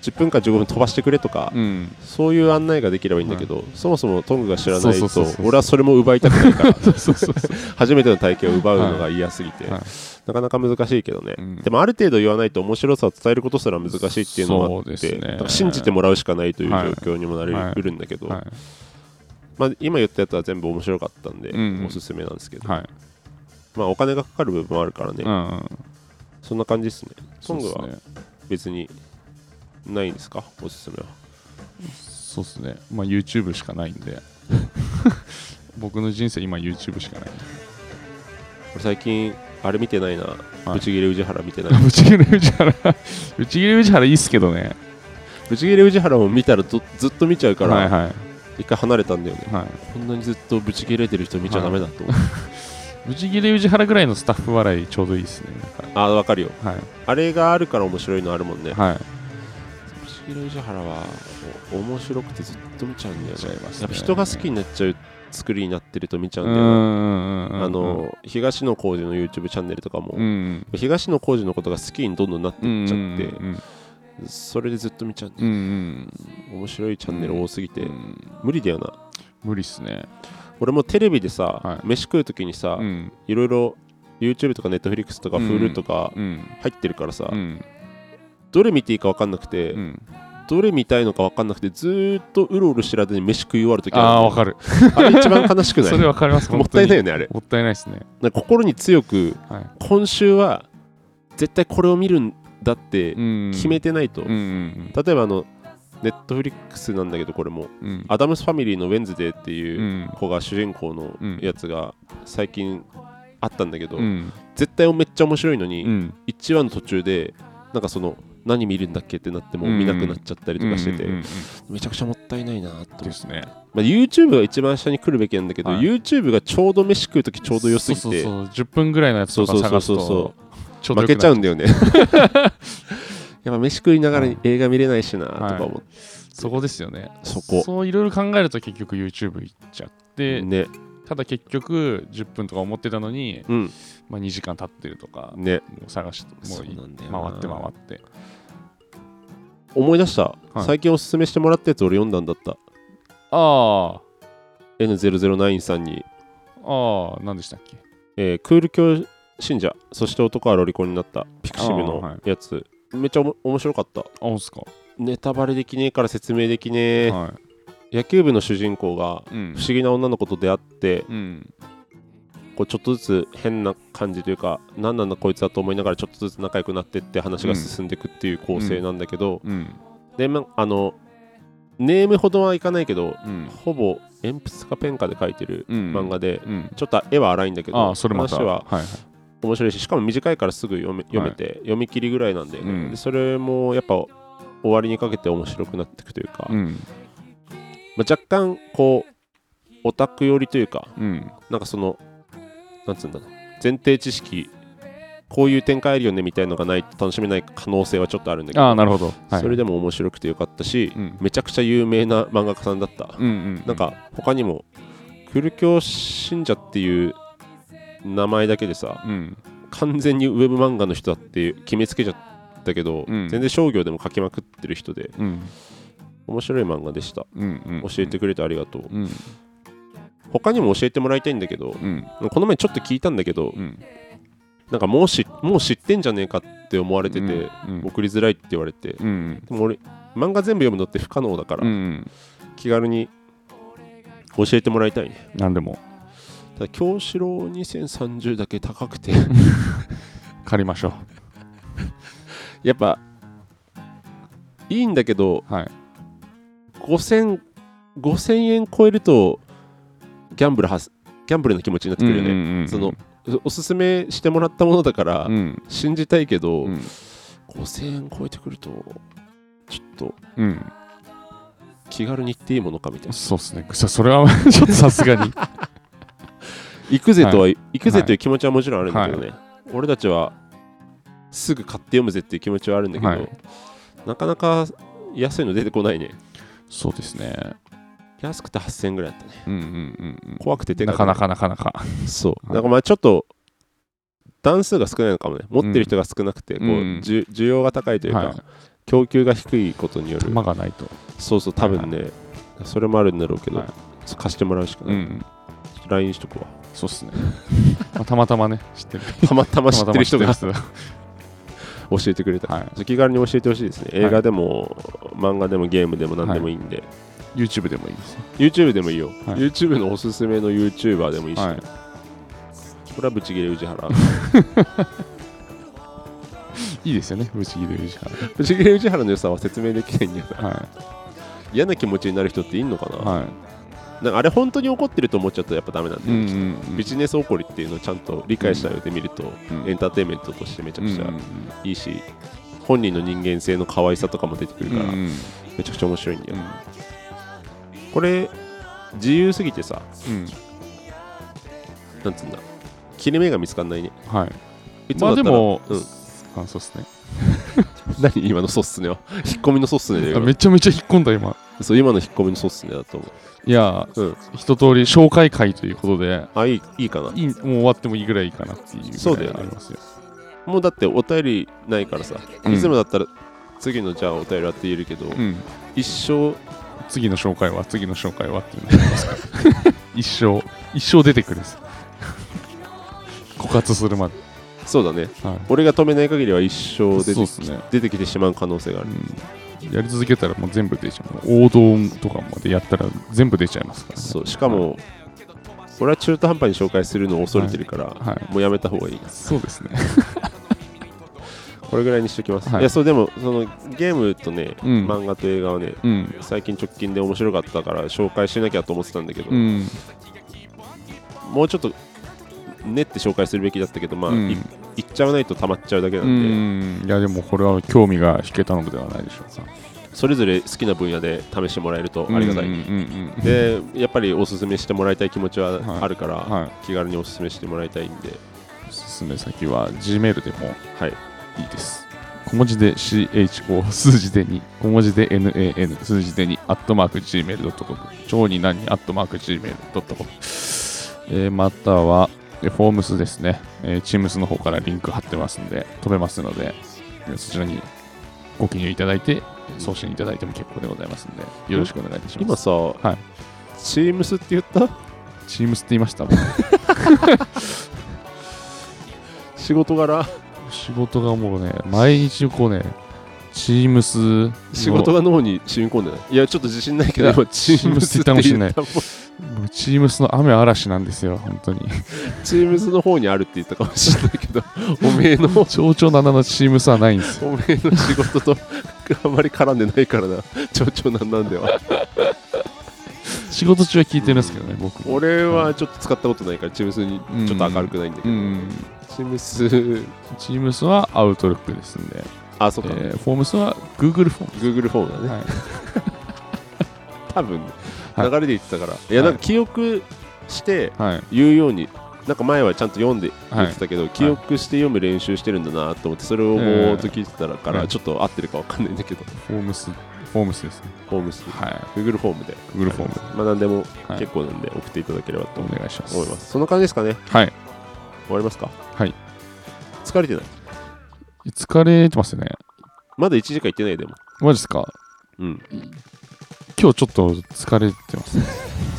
じゅっぷんかじゅうごふん飛ばしてくれとか、うん、そういう案内ができればいいんだけど、はい、そもそもトングが知らないと俺はそれも奪いたくないから初めての体験を奪うのが嫌すぎて、はいはい、なかなか難しいけどね、うん、でもある程度言わないと面白さを伝えることすら難しいっていうのもあって、ね、信じてもらうしかないという状況にもなりうるんだけど、はいはいはい、まあ、今言ったやつは全部面白かったんで、うん、おすすめなんですけど、はい、まあ、お金がかかる部分もあるからね、うんうん、そんな感じですね。トングは別にないんですか、おすすめは。 そうですね、まあ YouTube しかないんで僕の人生今 YouTube しかないんで。 俺最近あれ見てないな、ブチギレ宇治原見てない。 ブチギレ宇治原ブチギレ宇治原いいっすけどね。 ブチギレ宇治原も見たらずっと見ちゃうから、はいはい、一回離れたんだよね、はい、こんなにずっとブチギレてる人見ちゃダメだと、はいブチギレ宇治原ぐらいのスタッフ笑いちょうどいいですね。 ああ、わかるよ、はい、あれがあるから面白いのあるもんね、はい、ブチギレ宇治原は面白くてずっと見ちゃうんだよね。やっぱ人が好きになっちゃう作りになってると見ちゃうんだよな。あの東野幸治の YouTube チャンネルとかも、うん、東野幸治のことが好きにどんどんなっていっちゃって、うんうんうん、それでずっと見ちゃうんだよ、うんうん、面白いチャンネル多すぎて、うん、無理だよな。 無理っすね。 俺もテレビでさ、はい、飯食うときにさ、うん、いろいろ YouTube とか Netflix とか Hulu とか入ってるからさ、うん、どれ見ていいか分かんなくて、うん、どれ見たいのか分かんなくてずーっとうろうろしてる間に飯食い終わるときある。 ああ、分かる。 あれ一番悲しくない？ それ分かります。 もったいないよね、あれ。 もったいないですね。 心に強く、はい、今週は絶対これを見るんだって決めてないと、うんうんうん、例えばあのネットフリックスなんだけど、これも、うん、アダムスファミリーのウェンズデーっていう子が主人公のやつが最近あったんだけど、うん、絶対めっちゃ面白いのに、うん、いちわの途中でなんかその何見るんだっけってなっても見なくなっちゃったりとかしてて、めちゃくちゃもったいないなとですね。まあ、YouTube が一番下に来るべきなんだけど、はい、YouTube がちょうど飯食うときちょうど良すぎて、そうそうそう、 じゅっぷんぐらいのやつとか探すと負けちゃうんだよね。やっぱ飯食いながら映画見れないしなとか思って、はいはい、 そこですよね。 そこそういろいろ考えると結局 YouTube 行っちゃって、ね、ただ結局じゅっぷんとか思ってたのに、うん、まあ、にじかん経ってるとか、ね、もう探してもう回って回って思い出した、はい、最近おすすめしてもらったやつ俺読んだんだった。ああ エヌゼロゼロナイン さんに、 ああ、何でしたっけ、 えー、クール教信者そして男はロリコンになったピクシブのやつ、はい、めっちゃおも面白かった。 あ、すか。 ネタバレできねえから説明できねえ、はい、野球部の主人公が不思議な女の子と出会って、うん、こうちょっとずつ変な感じというか、何なんだこいつだと思いながらちょっとずつ仲良くなってって話が進んでいくっていう構成なんだけど、うんうん、で、ま、あのネームほどはいかないけど、うん、ほぼ鉛筆かペンかで描いてる漫画で、うんうん、ちょっと絵は荒いんだけど、 あ、それまた話は、はいはい、面白いし、しかも短いからすぐ読め、読めて、はい、読み切りぐらいなんで、ね、うん、でそれもやっぱ終わりにかけて面白くなっていくというか、うん、まあ、若干こうオタク寄りというか、うん、なんかそのなんつうんだろう、前提知識こういう展開あるよねみたいのがないと楽しめない可能性はちょっとあるんだけど、 あ、なるほど、はい、 それでも面白くてよかったし、うん、めちゃくちゃ有名な漫画家さんだった、うんうんうん、なんか他にもクル教信者っていう名前だけでさ、うん、完全にウェブ漫画の人だって決めつけちゃったけど、うん、全然商業でも書きまくってる人で、うん、面白い漫画でした、うんうんうん、教えてくれてありがとう、うん、他にも教えてもらいたいんだけど、うん、この前ちょっと聞いたんだけど、うん、なんかもうしもう知ってんじゃねえかって思われてて、うんうん、送りづらいって言われて、うん、でも俺漫画全部読むのって不可能だから、うん、気軽に教えてもらいたいね。 何でも。 ただ京志郎にせんさんじゅうだけ高くて借りましょう。 やっぱいいんだけど、はい、ごせんえん超えるとギャンブルはギャンブルな気持ちになってくるよね、うんうんうんうん、そのおすすめしてもらったものだから信じたいけど、うん、ごせんえん超えてくるとちょっと、うん、気軽に行っていいものかみたいな。 そうですね、それはちょっとさすがに行くぜとは、はい、行くぜという気持ちはもちろんあるんだけどね、はい、俺たちはすぐ買って読むぜっていう気持ちはあるんだけど、はい、なかなか安いの出てこないね。 そうですね、 安くてはっせんえんぐらいだったね、うんうんうんうん、怖くて手がなかなかなかなかそう、はい、なんかまあちょっと段数が少ないのかもね、持ってる人が少なくて、うん、こう需要が高いというか、はい、 供給が低いことによる玉がないと。 そうそう多分ね、はいはい、それもあるんだろうけど、はい、貸してもらうしかない、うん、ライン しとくわ。 そうっすねまあ、たまたまね知ってるたまたま知ってる人が教えてくれた、はい、気軽に教えてほしいですね。映画でも、はい、漫画でもゲームでも何でもいいんで、はい、 YouTube でもいいです、ね、 YouTube でもいいよ、はい、YouTube のおすすめの YouTuber でもいいし、はい、これはブチギレ宇治原いいですよね、ブチギレ宇治原。 ブチギレ宇治原の良さは説明できないんだよな、はい、嫌な気持ちになる人っていんのかな、はい、なんかあれ本当に怒ってると思っちゃったらやっぱダメなんだよ、うんうんうん、ビジネス怒りっていうのをちゃんと理解した上で見ると、うん、エンターテインメントとしてめちゃくちゃいいし、うんうんうん、本人の人間性の可愛さとかも出てくるから、うんうん、めちゃくちゃ面白いんだよ、うん、これ自由すぎてさ、うん、なんつうんだ切れ目が見つかんないね。 はい。いつもだったら、まあでも、うん、あ、そうっすね。 何今のそうっすねは引っ込みのそうっすねでめちゃめちゃ引っ込んだ今。 そう今の引っ込みのそうっすねだと思う。 いや、うん、一通り紹介会ということで、 あ、いい、いいかな。いい、もう終わってもいいぐらいいいかなっていうぐらいそうだよね。ありますよ。もうだってお便りないからさ、うん、いつもだったら次のじゃあお便りはって言えるけど、うん、一生次の紹介は次の紹介はっていうのがありますから一生一生出てくるんです枯渇するまで。 そうだね、はい、俺が止めない限りは一生出て、ね、出てきてしまう可能性がある、 うん、やり続けたらもう全部出ちゃう。王道とかまでやったら全部出ちゃいますから、ね、 そうしかも、はい、俺は中途半端に紹介するのを恐れてるから、はいはい、もうやめた方がいい。 そうですねこれぐらいにしときます、はい、いやそうでもそのゲームとね、うん、漫画と映画はね、うん、最近直近で面白かったから紹介しなきゃと思ってたんだけど、うん、もうちょっと練って紹介するべきだったけど、まあ、うん、い, いっちゃわないと溜まっちゃうだけなんで、 うん、いやでもこれは興味が引けたのではないでしょうか。 それぞれ好きな分野で試してもらえるとありがたい、うんうんうんうん、でやっぱりおすすめしてもらいたい気持ちはあるから、はいはい、気軽におすすめしてもらいたいんで、 おすすめ先は Gmail でも、はい、いいです。小文字で シーエイチオー 数字でに小文字で ナン 数字でにアットマーク ジーメールドットコム 超に何アットマーク ジーメールドットコム、えー、またはフォームスですね、えー、Teams の方からリンク貼ってますんで飛べますので、そちらにご記入いただいて送信いただいても結構でございますのでよろしくお願いいたします。 今さ、はい、Teams って言った？ Teams って言いました仕事柄仕事がもうね毎日こうねチームス仕事が脳に染み込んでない。いやちょっと自信ないけどチームスって言ったかもしれないチームスの雨嵐なんですよ本当にチームスの方にあるって言ったかもしれないけどおめえの蝶々ななのチームスはないんですよおめえの仕事とあんまり絡んでないからな蝶々なんなんでは仕事中は聞いてるんですけどね、うん、僕も俺はちょっと使ったことないからチームスにちょっと明るくないんだけど、うんうん、チームスチームスはアウトロックですんで、 あ、そうか、 えー、フォームスは Google フォーム Google フォームだね、はい、多分流れで言ってたから、はい、いやなんか記憶して言うように、はい、なんか前はちゃんと読んで言ってたけど、はい、記憶して読む練習してるんだなと思ってそれをもうと聞いてたからちょっと合ってるか分かんないんだけど、 フォームスフォームスですね。 フォームス、 はい、 Google フォームで Google フォームで、 まあ何でも結構なんで送っていただければと思います。 お願いします。 そんな感じですかね。 はい。 終わりますか。 はい。 疲れてない？ 疲れてますね。 まだいちじかん行ってないでも。 マジですか？うん。今日ちょっと疲れてますね。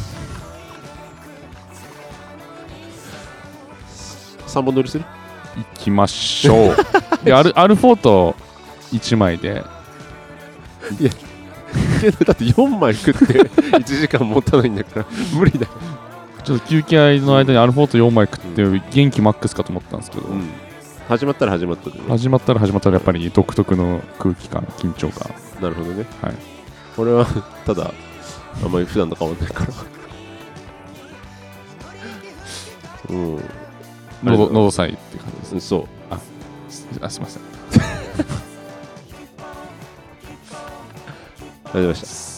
さんぼん撮りする？ 行きましょう。で、アル、アルフォートいちまいで。 いや、だってよんまい食っていちじかん持たないんだから無理だよ。 ちょっと休憩の間にアルフォートよんまい食って元気マックスかと思ったんですけど、うん、 始まったら始まったで、ね、 始まったら始まったらやっぱり独特の空気感、緊張感。 なるほどね。 はい。 俺はただあんまり普段と変わんないからうん。 喉喉さいって感じです、ね。 そう。 あ、あすいません。 ありがとうございました。